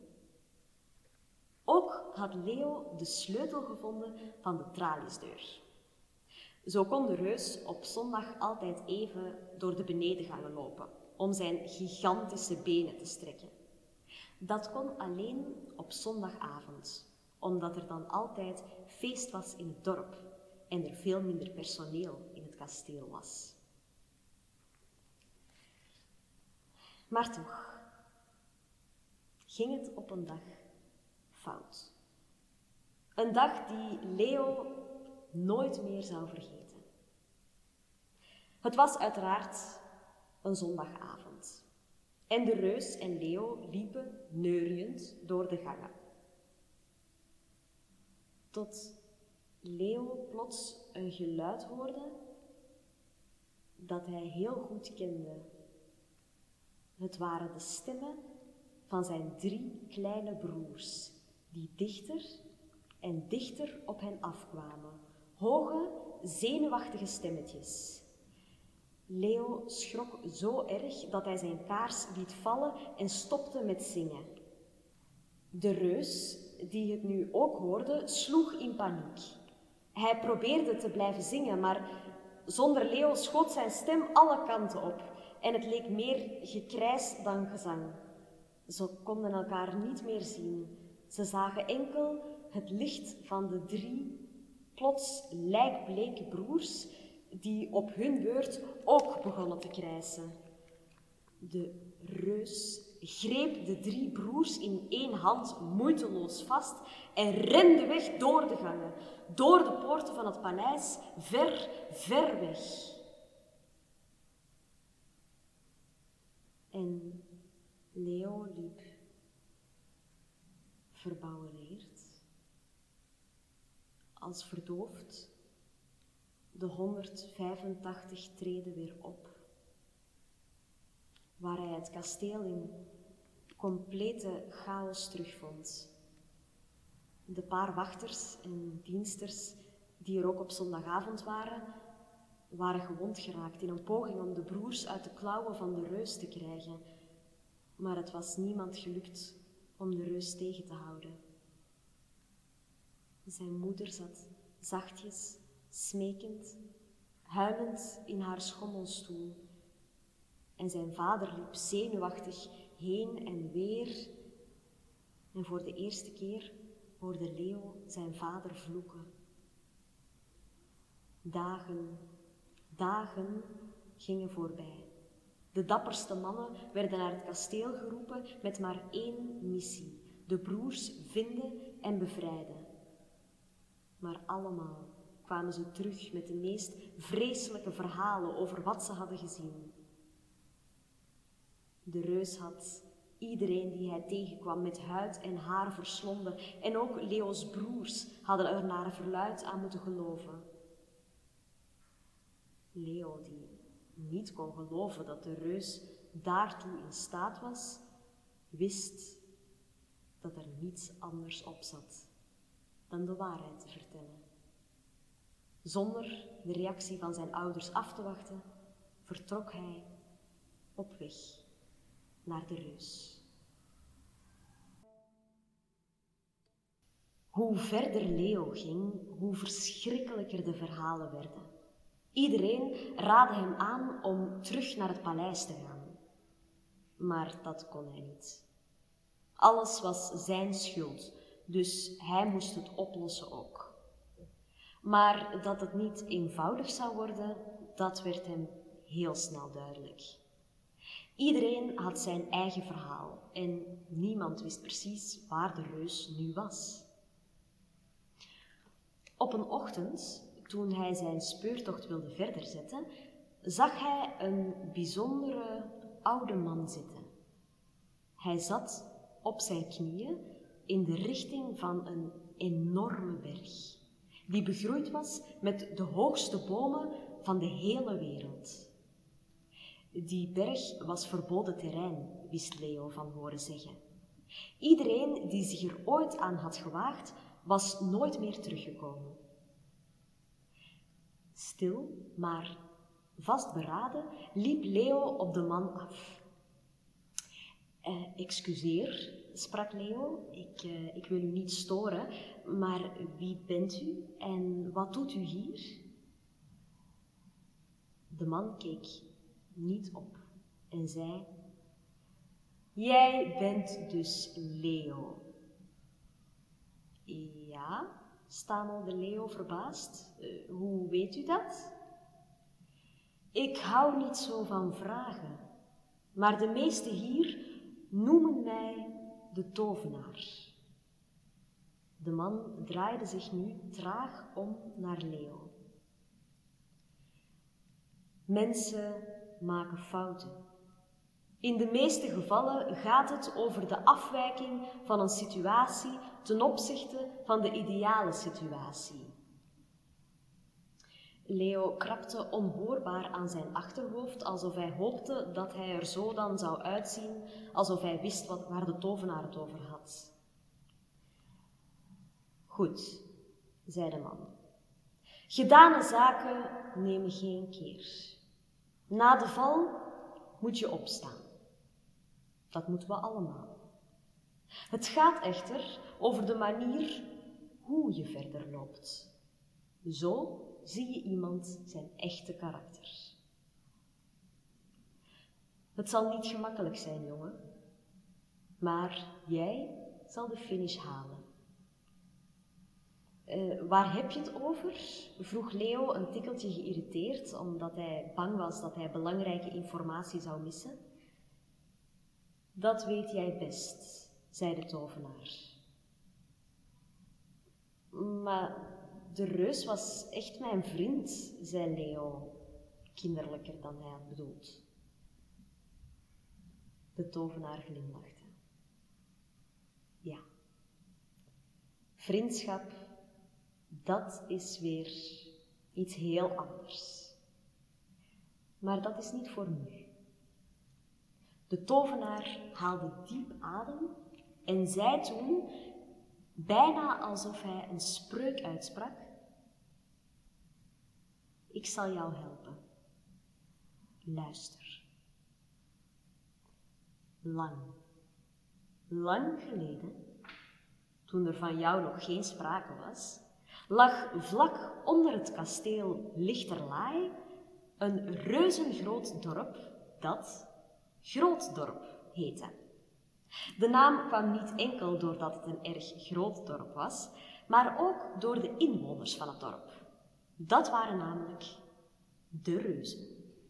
Ook had Leo de sleutel gevonden van de traliesdeur. Zo kon de reus op zondag altijd even door de benedengangen lopen, om zijn gigantische benen te strekken. Dat kon alleen op zondagavond, omdat er dan altijd feest was in het dorp en er veel minder personeel in het kasteel was. Maar toch ging het op een dag fout. Een dag die Leo nooit meer zou vergeten. Het was uiteraard een zondagavond. En de reus en Leo liepen neuriënd door de gangen. Tot Leo plots een geluid hoorde dat hij heel goed kende. Het waren de stemmen van zijn drie kleine broers, die dichter en dichter op hen afkwamen. Hoge, zenuwachtige stemmetjes. Leo schrok zo erg dat hij zijn kaars liet vallen en stopte met zingen. De reus, die het nu ook hoorde, sloeg in paniek. Hij probeerde te blijven zingen, maar zonder Leo schoot zijn stem alle kanten op en het leek meer gekrijs dan gezang. Ze konden elkaar niet meer zien. Ze zagen enkel het licht van de drie plots lijkbleke broers die op hun beurt ook begonnen te krijsen. De reus greep de drie broers in één hand moeiteloos vast en rende weg door de gangen, door de poorten van het paleis, ver, ver weg. En Leo liep verbouwereerd, als verdoofd, de honderdvijfentachtig treden weer op, waar hij het kasteel in complete chaos terugvond. De paar wachters en diensters die er ook op zondagavond waren, waren gewond geraakt in een poging om de broers uit de klauwen van de reus te krijgen. Maar het was niemand gelukt om de reus tegen te houden. Zijn moeder zat zachtjes, smekend, huilend in haar schommelstoel. En zijn vader liep zenuwachtig heen en weer. En voor de eerste keer hoorde Leo zijn vader vloeken. Dagen, dagen gingen voorbij. De dapperste mannen werden naar het kasteel geroepen met maar één missie: de broers vinden en bevrijden. Maar allemaal kwamen ze terug met de meest vreselijke verhalen over wat ze hadden gezien. De reus had iedereen die hij tegenkwam met huid en haar verslonden en ook Leo's broers hadden er naar verluidt aan moeten geloven. Leo, die niet kon geloven dat de reus daartoe in staat was, wist dat er niets anders op zat dan de waarheid te vertellen. Zonder de reactie van zijn ouders af te wachten, vertrok hij op weg naar de reus. Hoe verder Leo ging, hoe verschrikkelijker de verhalen werden. Iedereen raadde hem aan om terug naar het paleis te gaan. Maar dat kon hij niet. Alles was zijn schuld, dus hij moest het oplossen ook. Maar dat het niet eenvoudig zou worden, dat werd hem heel snel duidelijk. Iedereen had zijn eigen verhaal en niemand wist precies waar de reus nu was. Op een ochtend, toen hij zijn speurtocht wilde verder zetten, zag hij een bijzondere oude man zitten. Hij zat op zijn knieën, in de richting van een enorme berg, die begroeid was met de hoogste bomen van de hele wereld. Die berg was verboden terrein, wist Leo van horen zeggen. Iedereen die zich er ooit aan had gewaagd, was nooit meer teruggekomen. Stil, maar vastberaden, liep Leo op de man af. Uh, excuseer, sprak Leo, ik, uh, ik wil u niet storen, maar wie bent u en wat doet u hier? De man keek niet op en zei: jij bent dus Leo. Ja, stamelde Leo verbaasd. Uh, hoe weet u dat? Ik hou niet zo van vragen, maar de meesten hier noemen mij de tovenaar. De man draaide zich nu traag om naar Leo. Mensen maken fouten. In de meeste gevallen gaat het over de afwijking van een situatie ten opzichte van de ideale situatie. Leo krabde onhoorbaar aan zijn achterhoofd, alsof hij hoopte dat hij er zo dan zou uitzien, alsof hij wist wat, waar de tovenaar het over had. Goed, zei de man. Gedane zaken nemen geen keer. Na de val moet je opstaan. Dat moeten we allemaal. Het gaat echter over de manier hoe je verder loopt. Zo zie je iemand zijn echte karakter. Het zal niet gemakkelijk zijn, jongen, maar jij zal de finish halen. Uh, waar heb je het over? Vroeg Leo een tikkeltje geïrriteerd, omdat hij bang was dat hij belangrijke informatie zou missen. Dat weet jij best, zei de tovenaar. Maar de reus was echt mijn vriend, zei Leo, kinderlijker dan hij had bedoeld. De tovenaar glimlachte. Ja, vriendschap, dat is weer iets heel anders. Maar dat is niet voor nu. De tovenaar haalde diep adem en zei toen, bijna alsof hij een spreuk uitsprak: ik zal jou helpen. Luister. Lang, lang geleden, toen er van jou nog geen sprake was, lag vlak onder het kasteel Lichterlaai een reuzengroot dorp dat Grootdorp heette. De naam kwam niet enkel doordat het een erg groot dorp was, maar ook door de inwoners van het dorp. Dat waren namelijk de reuzen.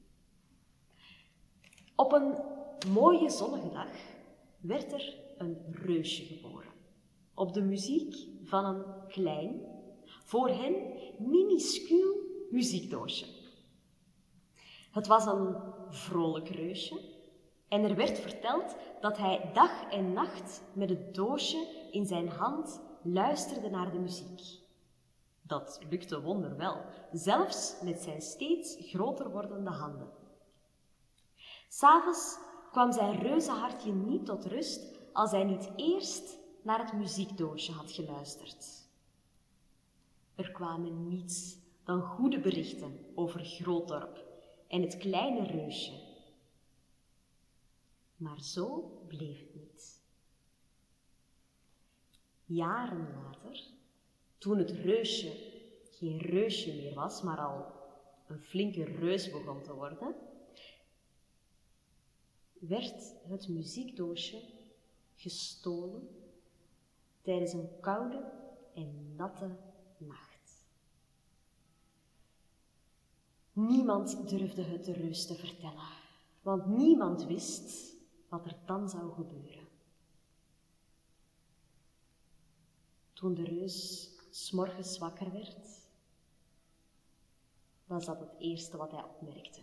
Op een mooie zonnige dag werd er een reusje geboren. Op de muziek van een klein, voor hen minuscuul muziekdoosje. Het was een vrolijk reusje en er werd verteld dat hij dag en nacht met het doosje in zijn hand luisterde naar de muziek. Dat lukte wonderwel, zelfs met zijn steeds groter wordende handen. 'S Avonds kwam zijn reuzenhartje niet tot rust als hij niet eerst naar het muziekdoosje had geluisterd. Er kwamen niets dan goede berichten over Grootdorp en het kleine reusje. Maar zo bleef het niet. Jaren later, toen het reusje geen reusje meer was, maar al een flinke reus begon te worden, werd het muziekdoosje gestolen tijdens een koude en natte nacht. Niemand durfde het de reus te vertellen, want niemand wist wat er dan zou gebeuren. Toen de reus 's morgens wakker werd, was dat het eerste wat hij opmerkte.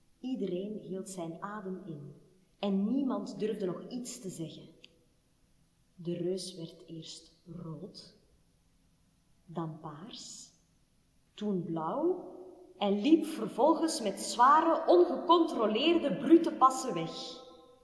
Iedereen hield zijn adem in en niemand durfde nog iets te zeggen. De reus werd eerst rood, dan paars, toen blauw en liep vervolgens met zware, ongecontroleerde, brute passen weg.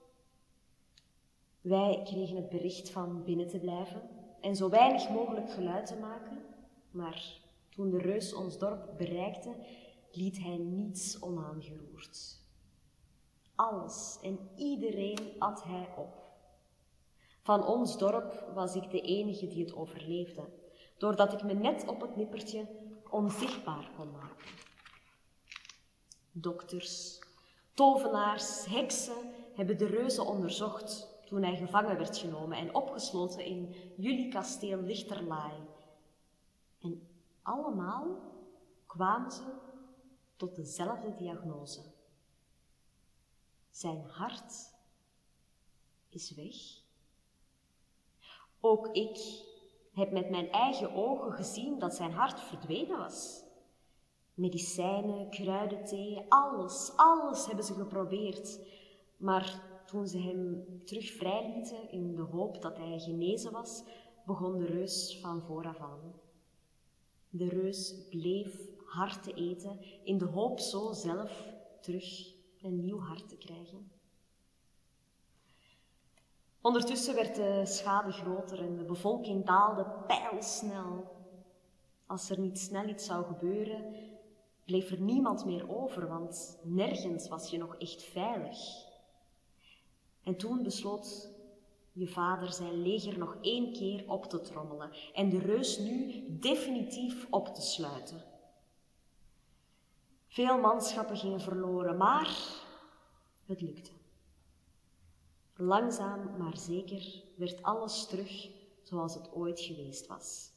Wij kregen het bericht van binnen te blijven en zo weinig mogelijk geluid te maken, maar toen de reus ons dorp bereikte, liet hij niets onaangeroerd. Alles en iedereen at hij op. Van ons dorp was ik de enige die het overleefde, doordat ik me net op het nippertje onzichtbaar kon maken. Dokters, tovenaars, heksen hebben de reuze onderzocht toen hij gevangen werd genomen en opgesloten in jullie kasteel Lichterlaai. En allemaal kwamen ze tot dezelfde diagnose. Zijn hart is weg. Ook ik heb met mijn eigen ogen gezien dat zijn hart verdwenen was. Medicijnen, kruidenthee, alles, alles hebben ze geprobeerd. Maar toen ze hem terug vrijlieten in de hoop dat hij genezen was, begon de reus van vooraf aan. De reus bleef harten eten in de hoop zo zelf terug een nieuw hart te krijgen. Ondertussen werd de schade groter en de bevolking daalde pijlsnel. Als er niet snel iets zou gebeuren, bleef er niemand meer over, want nergens was je nog echt veilig. En toen besloot je vader zijn leger nog één keer op te trommelen en de reus nu definitief op te sluiten. Veel manschappen gingen verloren, maar het lukte. Langzaam maar zeker werd alles terug zoals het ooit geweest was.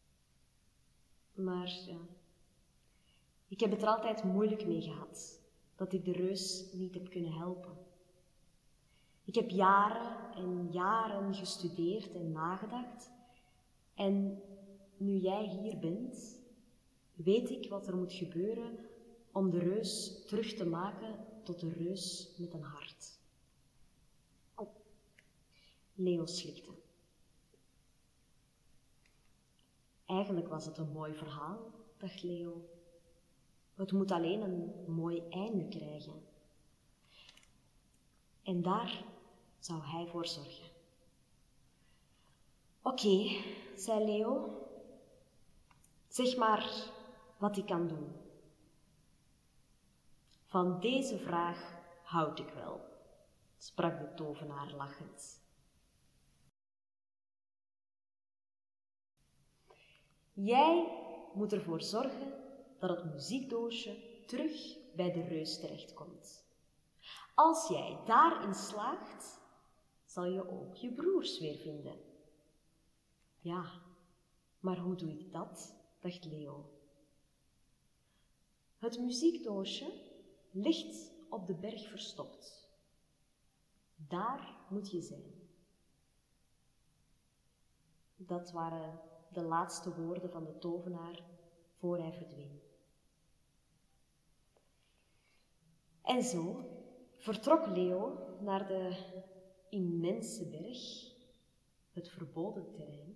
Maar ja, ik heb het er altijd moeilijk mee gehad, dat ik de reus niet heb kunnen helpen. Ik heb jaren en jaren gestudeerd en nagedacht. En nu jij hier bent, weet ik wat er moet gebeuren om de reus terug te maken tot de reus met een hart. Oh. Leo slikte. Eigenlijk was het een mooi verhaal, dacht Leo. Het moet alleen een mooi einde krijgen. En daar zou hij voor zorgen. Oké, okay, zei Leo. Zeg maar wat ik kan doen. Van deze vraag houd ik wel, sprak de tovenaar lachend. Jij moet ervoor zorgen dat het muziekdoosje terug bij de reus terechtkomt. Als jij daarin slaagt, zal je ook je broers weer vinden. Ja, maar hoe doe ik dat? Dacht Leo. Het muziekdoosje ligt op de berg verstopt. Daar moet je zijn. Dat waren de laatste woorden van de tovenaar voor hij verdween. En zo vertrok Leo naar de immense berg, het verboden terrein.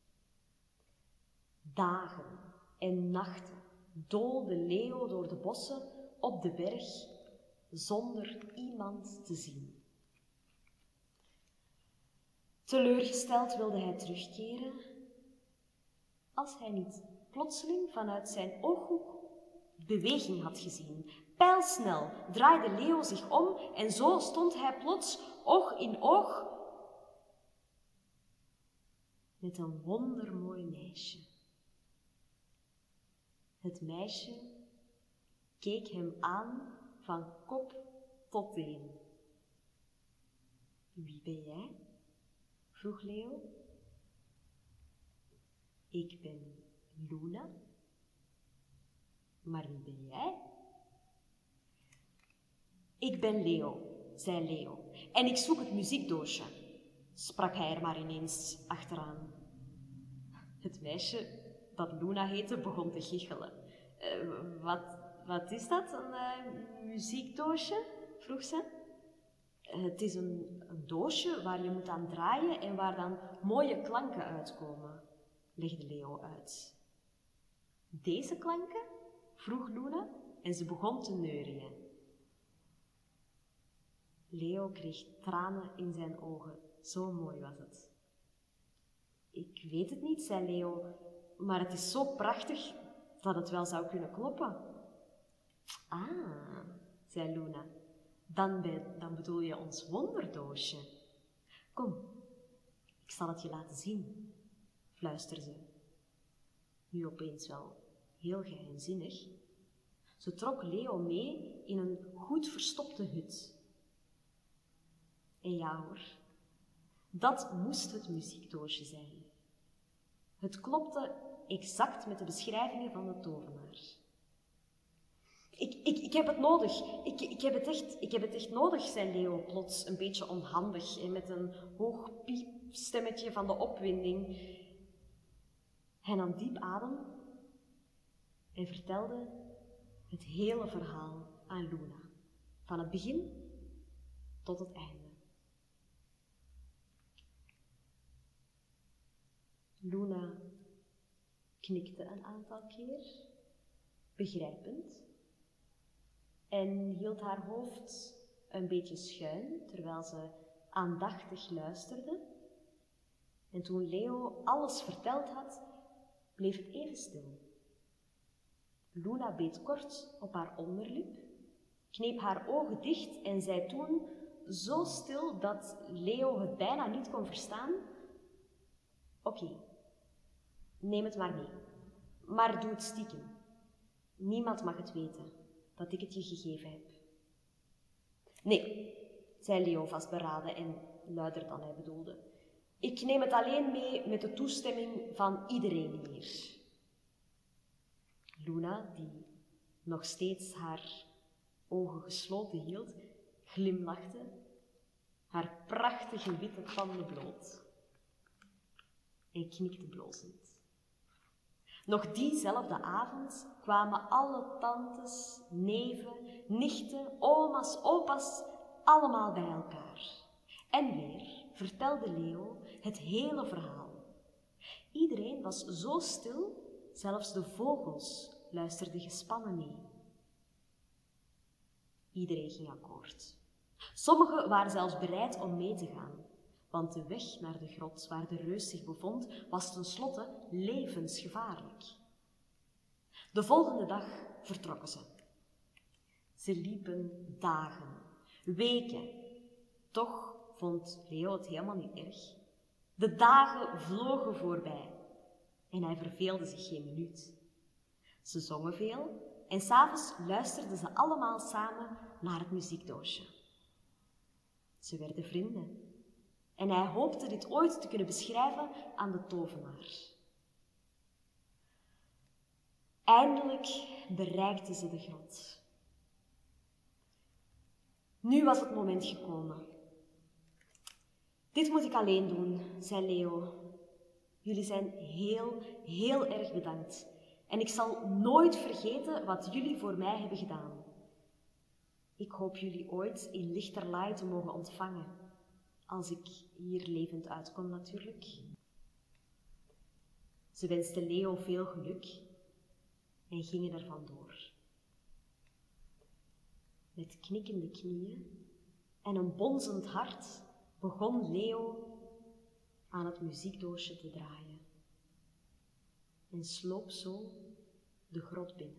Dagen en nachten doolde Leo door de bossen op de berg zonder iemand te zien. Teleurgesteld wilde hij terugkeren, als hij niet plotseling vanuit zijn ooghoek beweging had gezien. Pijlsnel draaide Leo zich om en zo stond hij plots oog in oog met een wondermooi meisje. Het meisje keek hem aan van kop tot teen. Wie ben jij? Vroeg Leo. Ik ben Luna. Maar wie ben jij? Ik ben Leo, zei Leo, en ik zoek het muziekdoosje, sprak hij er maar ineens achteraan. Het meisje, dat Luna heette, begon te giechelen. Uh, wat, wat is dat, een uh, muziekdoosje? Vroeg ze. Het is een, een doosje waar je moet aan draaien en waar dan mooie klanken uitkomen, legde Leo uit. Deze klanken? Vroeg Luna en ze begon te neurien. Leo kreeg tranen in zijn ogen. Zo mooi was het. Ik weet het niet, zei Leo, maar het is zo prachtig dat het wel zou kunnen kloppen. Ah, zei Luna, dan, be- dan bedoel je ons wonderdoosje. Kom, ik zal het je laten zien, fluisterde ze. Nu opeens wel heel geheimzinnig. Ze trok Leo mee in een goed verstopte hut. En ja hoor, dat moest het muziekdoosje zijn. Het klopte exact met de beschrijvingen van de tovenaar. Ik, ik, ik heb het nodig, ik, ik, heb het echt, ik heb het echt nodig, zei Leo plots, een beetje onhandig en met een hoog piepstemmetje van de opwinding. Hij nam diep adem en vertelde het hele verhaal aan Luna, van het begin tot het einde. Luna knikte een aantal keer, begrijpend, en hield haar hoofd een beetje schuin, terwijl ze aandachtig luisterde. En toen Leo alles verteld had, bleef het even stil. Luna beet kort op haar onderlip, kneep haar ogen dicht en zei toen, zo stil dat Leo het bijna niet kon verstaan, oké, okay, neem het maar mee, maar doe het stiekem. Niemand mag het weten dat ik het je gegeven heb. Nee, zei Leo vastberaden en luider dan hij bedoelde. Ik neem het alleen mee met de toestemming van iedereen hier. Luna, die nog steeds haar ogen gesloten hield, glimlachte, haar prachtige witte tanden bloot en knikte blozend. Nog diezelfde avond kwamen alle tantes, neven, nichten, oma's, opa's, allemaal bij elkaar. En weer vertelde Leo het hele verhaal. Iedereen was zo stil, zelfs de vogels luisterden gespannen mee. Iedereen ging akkoord. Sommigen waren zelfs bereid om mee te gaan, want de weg naar de grot waar de reus zich bevond, was tenslotte levensgevaarlijk. De volgende dag vertrokken ze. Ze liepen dagen, weken. Toch vond Leo het helemaal niet erg. De dagen vlogen voorbij en hij verveelde zich geen minuut. Ze zongen veel en 's avonds luisterden ze allemaal samen naar het muziekdoosje. Ze werden vrienden. En hij hoopte dit ooit te kunnen beschrijven aan de tovenaar. Eindelijk bereikten ze de grot. Nu was het moment gekomen. Dit moet ik alleen doen, zei Leo. Jullie zijn heel, heel erg bedankt. En ik zal nooit vergeten wat jullie voor mij hebben gedaan. Ik hoop jullie ooit in Lichterlaai te mogen ontvangen. Als ik hier levend uitkom natuurlijk. Ze wensten Leo veel geluk en gingen er vandoor. Met knikkende knieën en een bonzend hart begon Leo aan het muziekdoosje te draaien en sloop zo de grot binnen.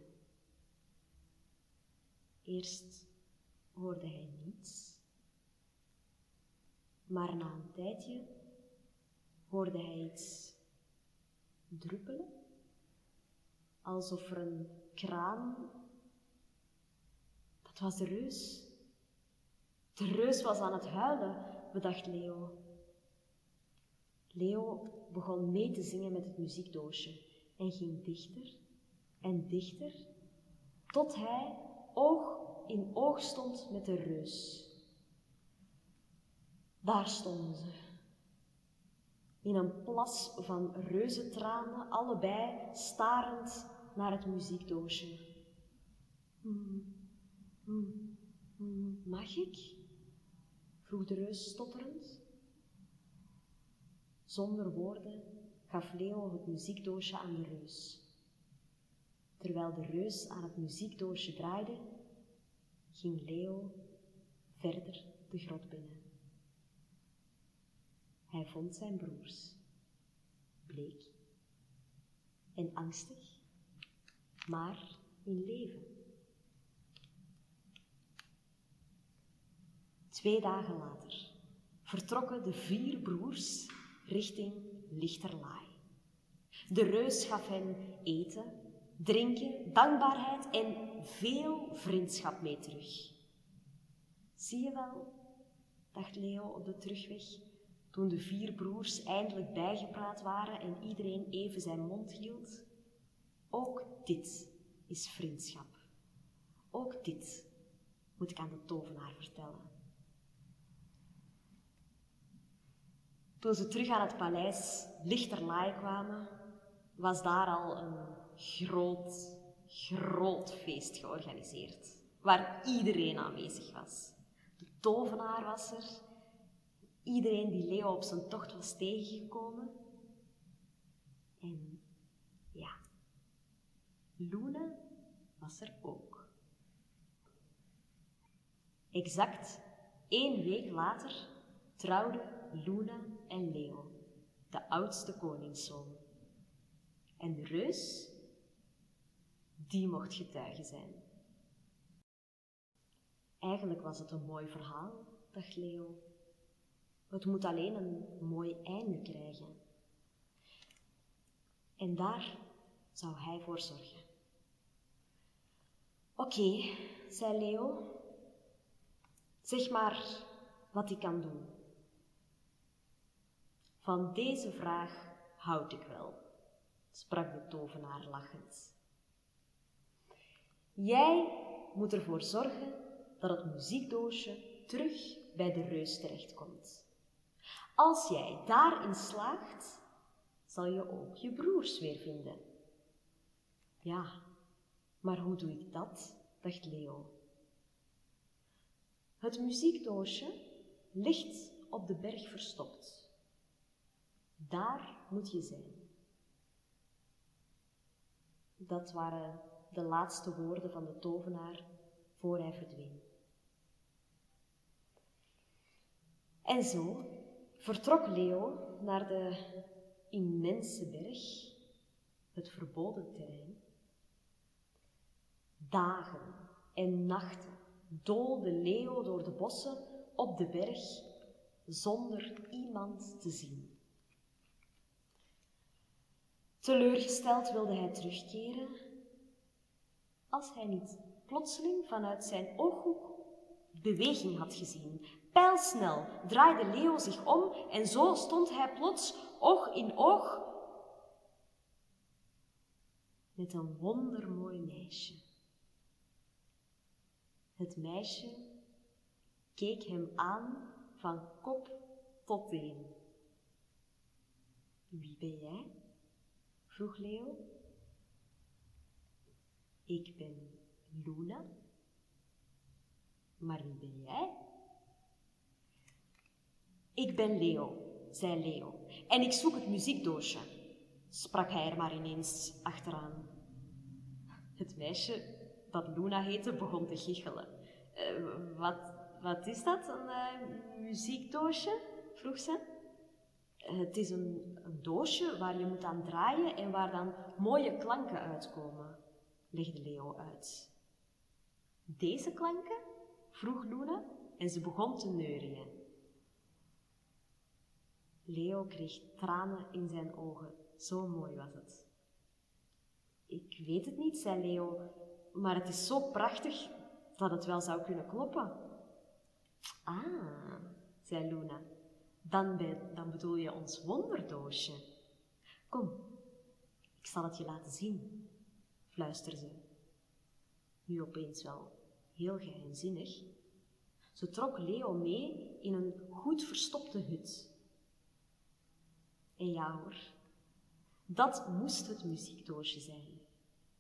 Eerst hoorde hij niets. Maar na een tijdje hoorde hij iets druppelen, alsof er een kraan... Dat was de reus. De reus was aan het huilen, bedacht Leo. Leo begon mee te zingen met het muziekdoosje en ging dichter en dichter, tot hij oog in oog stond met de reus. Daar stonden ze, in een plas van reuzentranen, allebei starend naar het muziekdoosje. Hmm, hmm, hmm, mag ik? vroeg de reus stotterend. Zonder woorden gaf Leo het muziekdoosje aan de reus. Terwijl de reus aan het muziekdoosje draaide, ging Leo verder de grot binnen. Hij vond zijn broers, bleek en angstig, maar in leven. Twee dagen later vertrokken de vier broers richting Lichterlaai. De reus gaf hen eten, drinken, dankbaarheid en veel vriendschap mee terug. Zie je wel, dacht Leo op de terugweg, toen de vier broers eindelijk bijgepraat waren en iedereen even zijn mond hield. Ook dit is vriendschap. Ook dit moet ik aan de tovenaar vertellen. Toen ze terug aan het paleis Lichterlaai kwamen, was daar al een groot, groot feest georganiseerd, waar iedereen aanwezig was. De tovenaar was er, iedereen die Leo op zijn tocht was tegengekomen. En ja, Luna was er ook. Exact één week later trouwden Luna en Leo, de oudste koningszoon. En de reus, die mocht getuige zijn. Eigenlijk was het een mooi verhaal, dacht Leo. Het moet alleen een mooi einde krijgen. En daar zou hij voor zorgen. Oké, okay, zei Leo. Zeg maar wat ik kan doen. Van deze vraag houd ik wel, sprak de tovenaar lachend. Jij moet ervoor zorgen dat het muziekdoosje terug bij de reus terechtkomt. Als jij daarin slaagt, zal je ook je broers weer vinden. Ja, maar hoe doe ik dat? Dacht Leo. Het muziekdoosje ligt op de berg verstopt. Daar moet je zijn. Dat waren de laatste woorden van de tovenaar voor hij verdween. En zo vertrok Leo naar de immense berg, het verboden terrein. Dagen en nachten doolde Leo door de bossen op de berg zonder iemand te zien. Teleurgesteld wilde hij terugkeren, als hij niet plotseling vanuit zijn ooghoek beweging had gezien. Pijlsnel draaide Leo zich om en zo stond hij plots oog in oog met een wondermooi meisje. Het meisje keek hem aan van kop tot teen. Wie ben jij? Vroeg Leo. Ik ben Luna. Maar wie ben jij? Ik ben Leo, zei Leo, en ik zoek het muziekdoosje, sprak hij er maar ineens achteraan. Het meisje, dat Luna heette, begon te giechelen. Uh, wat, wat is dat, een uh, muziekdoosje? Vroeg ze. Het is een, een doosje waar je moet aan draaien en waar dan mooie klanken uitkomen, legde Leo uit. Deze klanken? Vroeg Luna en ze begon te neurien. Leo kreeg tranen in zijn ogen, zo mooi was het. Ik weet het niet, zei Leo, maar het is zo prachtig dat het wel zou kunnen kloppen. Ah, zei Luna. Dan, be, dan bedoel je ons wonderdoosje. Kom, ik zal het je laten zien, fluisterde ze. Nu opeens wel heel geheimzinnig. Ze trok Leo mee in een goed verstopte hut. En ja hoor, dat moest het muziekdoosje zijn.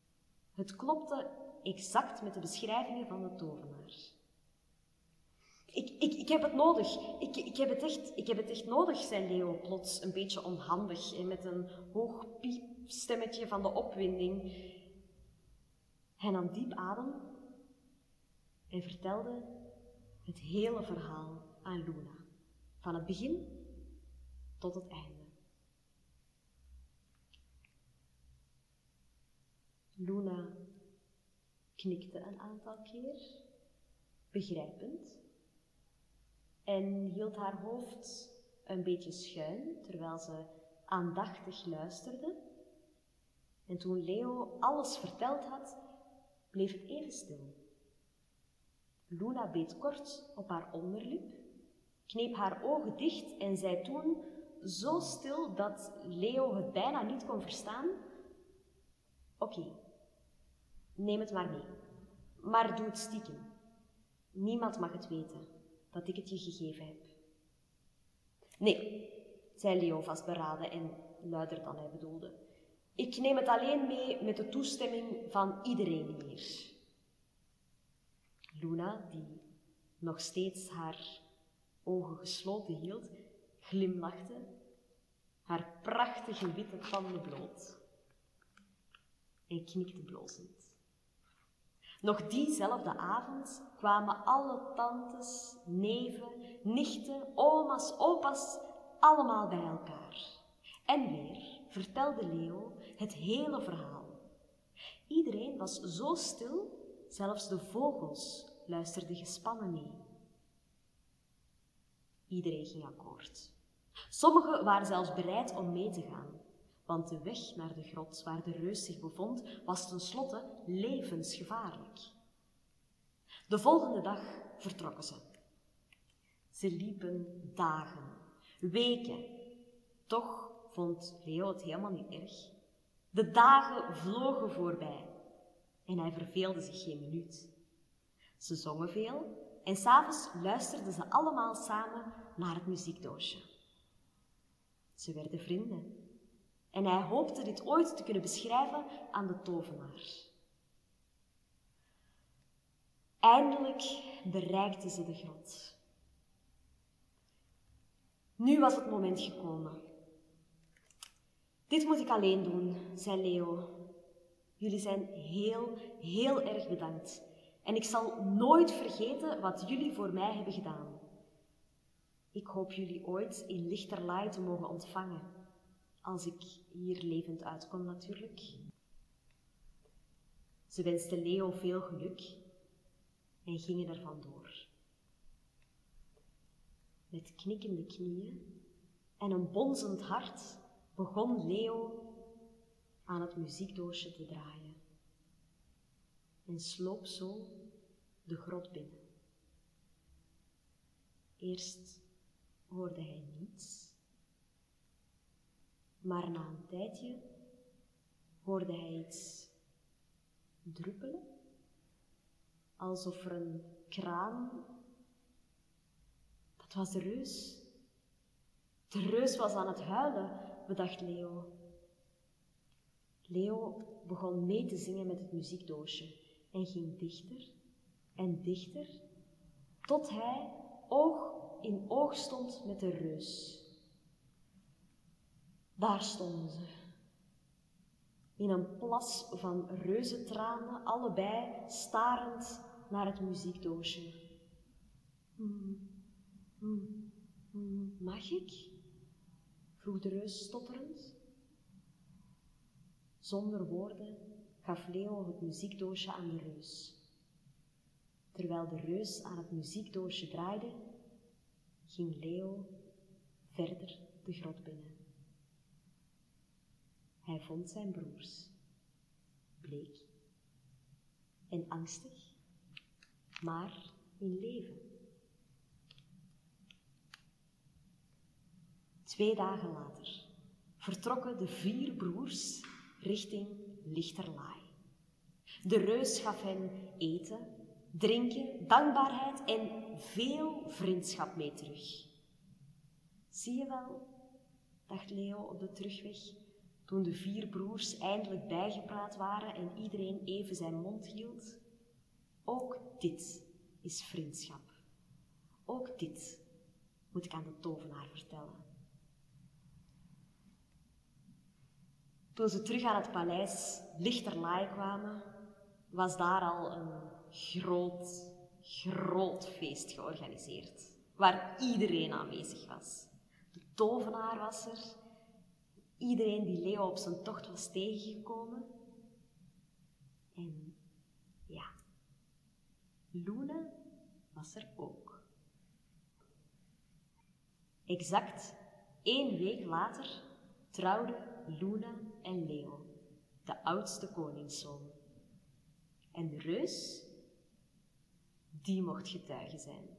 Het klopte exact met de beschrijvingen van de tovenaar. Ik, ik, ik heb het nodig. Ik, ik, heb het echt, ik heb het echt nodig, zei Leo plots, een beetje onhandig en met een hoog piepstemmetje van de opwinding. Hij nam diep adem en vertelde het hele verhaal aan Luna, van het begin tot het einde. Luna knikte een aantal keer, begrijpend, en hield haar hoofd een beetje schuin, terwijl ze aandachtig luisterde. En toen Leo alles verteld had, bleef het even stil. Luna beet kort op haar onderlip, kneep haar ogen dicht en zei toen, zo stil dat Leo het bijna niet kon verstaan: Oké, okay, neem het maar mee, maar doe het stiekem. Niemand mag het weten dat ik het je gegeven heb. Nee, zei Leo vastberaden en luider dan hij bedoelde. Ik neem het alleen mee met de toestemming van iedereen hier. Luna, die nog steeds haar ogen gesloten hield, glimlachte, haar prachtige witte tanden bloot, en knikte blozend. Nog diezelfde avond kwamen alle tantes, neven, nichten, oma's, opa's, allemaal bij elkaar. En weer vertelde Leo het hele verhaal. Iedereen was zo stil, zelfs de vogels luisterden gespannen mee. Iedereen ging akkoord. Sommigen waren zelfs bereid om mee te gaan, want de weg naar de grot waar de reus zich bevond was tenslotte levensgevaarlijk. De volgende dag vertrokken ze. Ze liepen dagen, weken. Toch vond Leo het helemaal niet erg. De dagen vlogen voorbij en hij verveelde zich geen minuut. Ze zongen veel en 's avonds luisterden ze allemaal samen naar het muziekdoosje. Ze werden vrienden. En hij hoopte dit ooit te kunnen beschrijven aan de tovenaar. Eindelijk bereikten ze de grot. Nu was het moment gekomen. Dit moet ik alleen doen, zei Leo. Jullie zijn heel, heel erg bedankt. En ik zal nooit vergeten wat jullie voor mij hebben gedaan. Ik hoop jullie ooit in Lichterlaai te mogen ontvangen. Als ik hier levend uitkom natuurlijk. Ze wensten Leo veel geluk en gingen er vandoor. Met knikkende knieën en een bonzend hart begon Leo aan het muziekdoosje te draaien en sloop zo de grot binnen. Eerst hoorde hij niets, maar na een tijdje hoorde hij iets druppelen, alsof er een kraan... Dat was de reus. De reus was aan het huilen, bedacht Leo. Leo begon mee te zingen met het muziekdoosje en ging dichter en dichter, tot hij oog in oog stond met de reus. Daar stonden ze, in een plas van reuzentranen, allebei starend naar het muziekdoosje. Hmm, hmm, hmm, mag ik? Vroeg de reus stotterend. Zonder woorden gaf Leo het muziekdoosje aan de reus. Terwijl de reus aan het muziekdoosje draaide, ging Leo verder de grot binnen. Hij vond zijn broers, bleek en angstig, maar in leven. Twee dagen later vertrokken de vier broers richting Lichterlaai. De reus gaf hen eten, drinken, dankbaarheid en veel vriendschap mee terug. Zie je wel, dacht Leo op de terugweg, toen de vier broers eindelijk bijgepraat waren en iedereen even zijn mond hield. Ook dit is vriendschap. Ook dit moet ik aan de tovenaar vertellen. Toen ze terug aan het paleis Lichterlaai kwamen, was daar al een groot, groot feest georganiseerd, waar iedereen aanwezig was. De tovenaar was er, iedereen die Leo op zijn tocht was tegengekomen. En ja, Luna was er ook. Exact één week later trouwden Luna en Leo, de oudste koningszoon. En de reus, die mocht getuige zijn.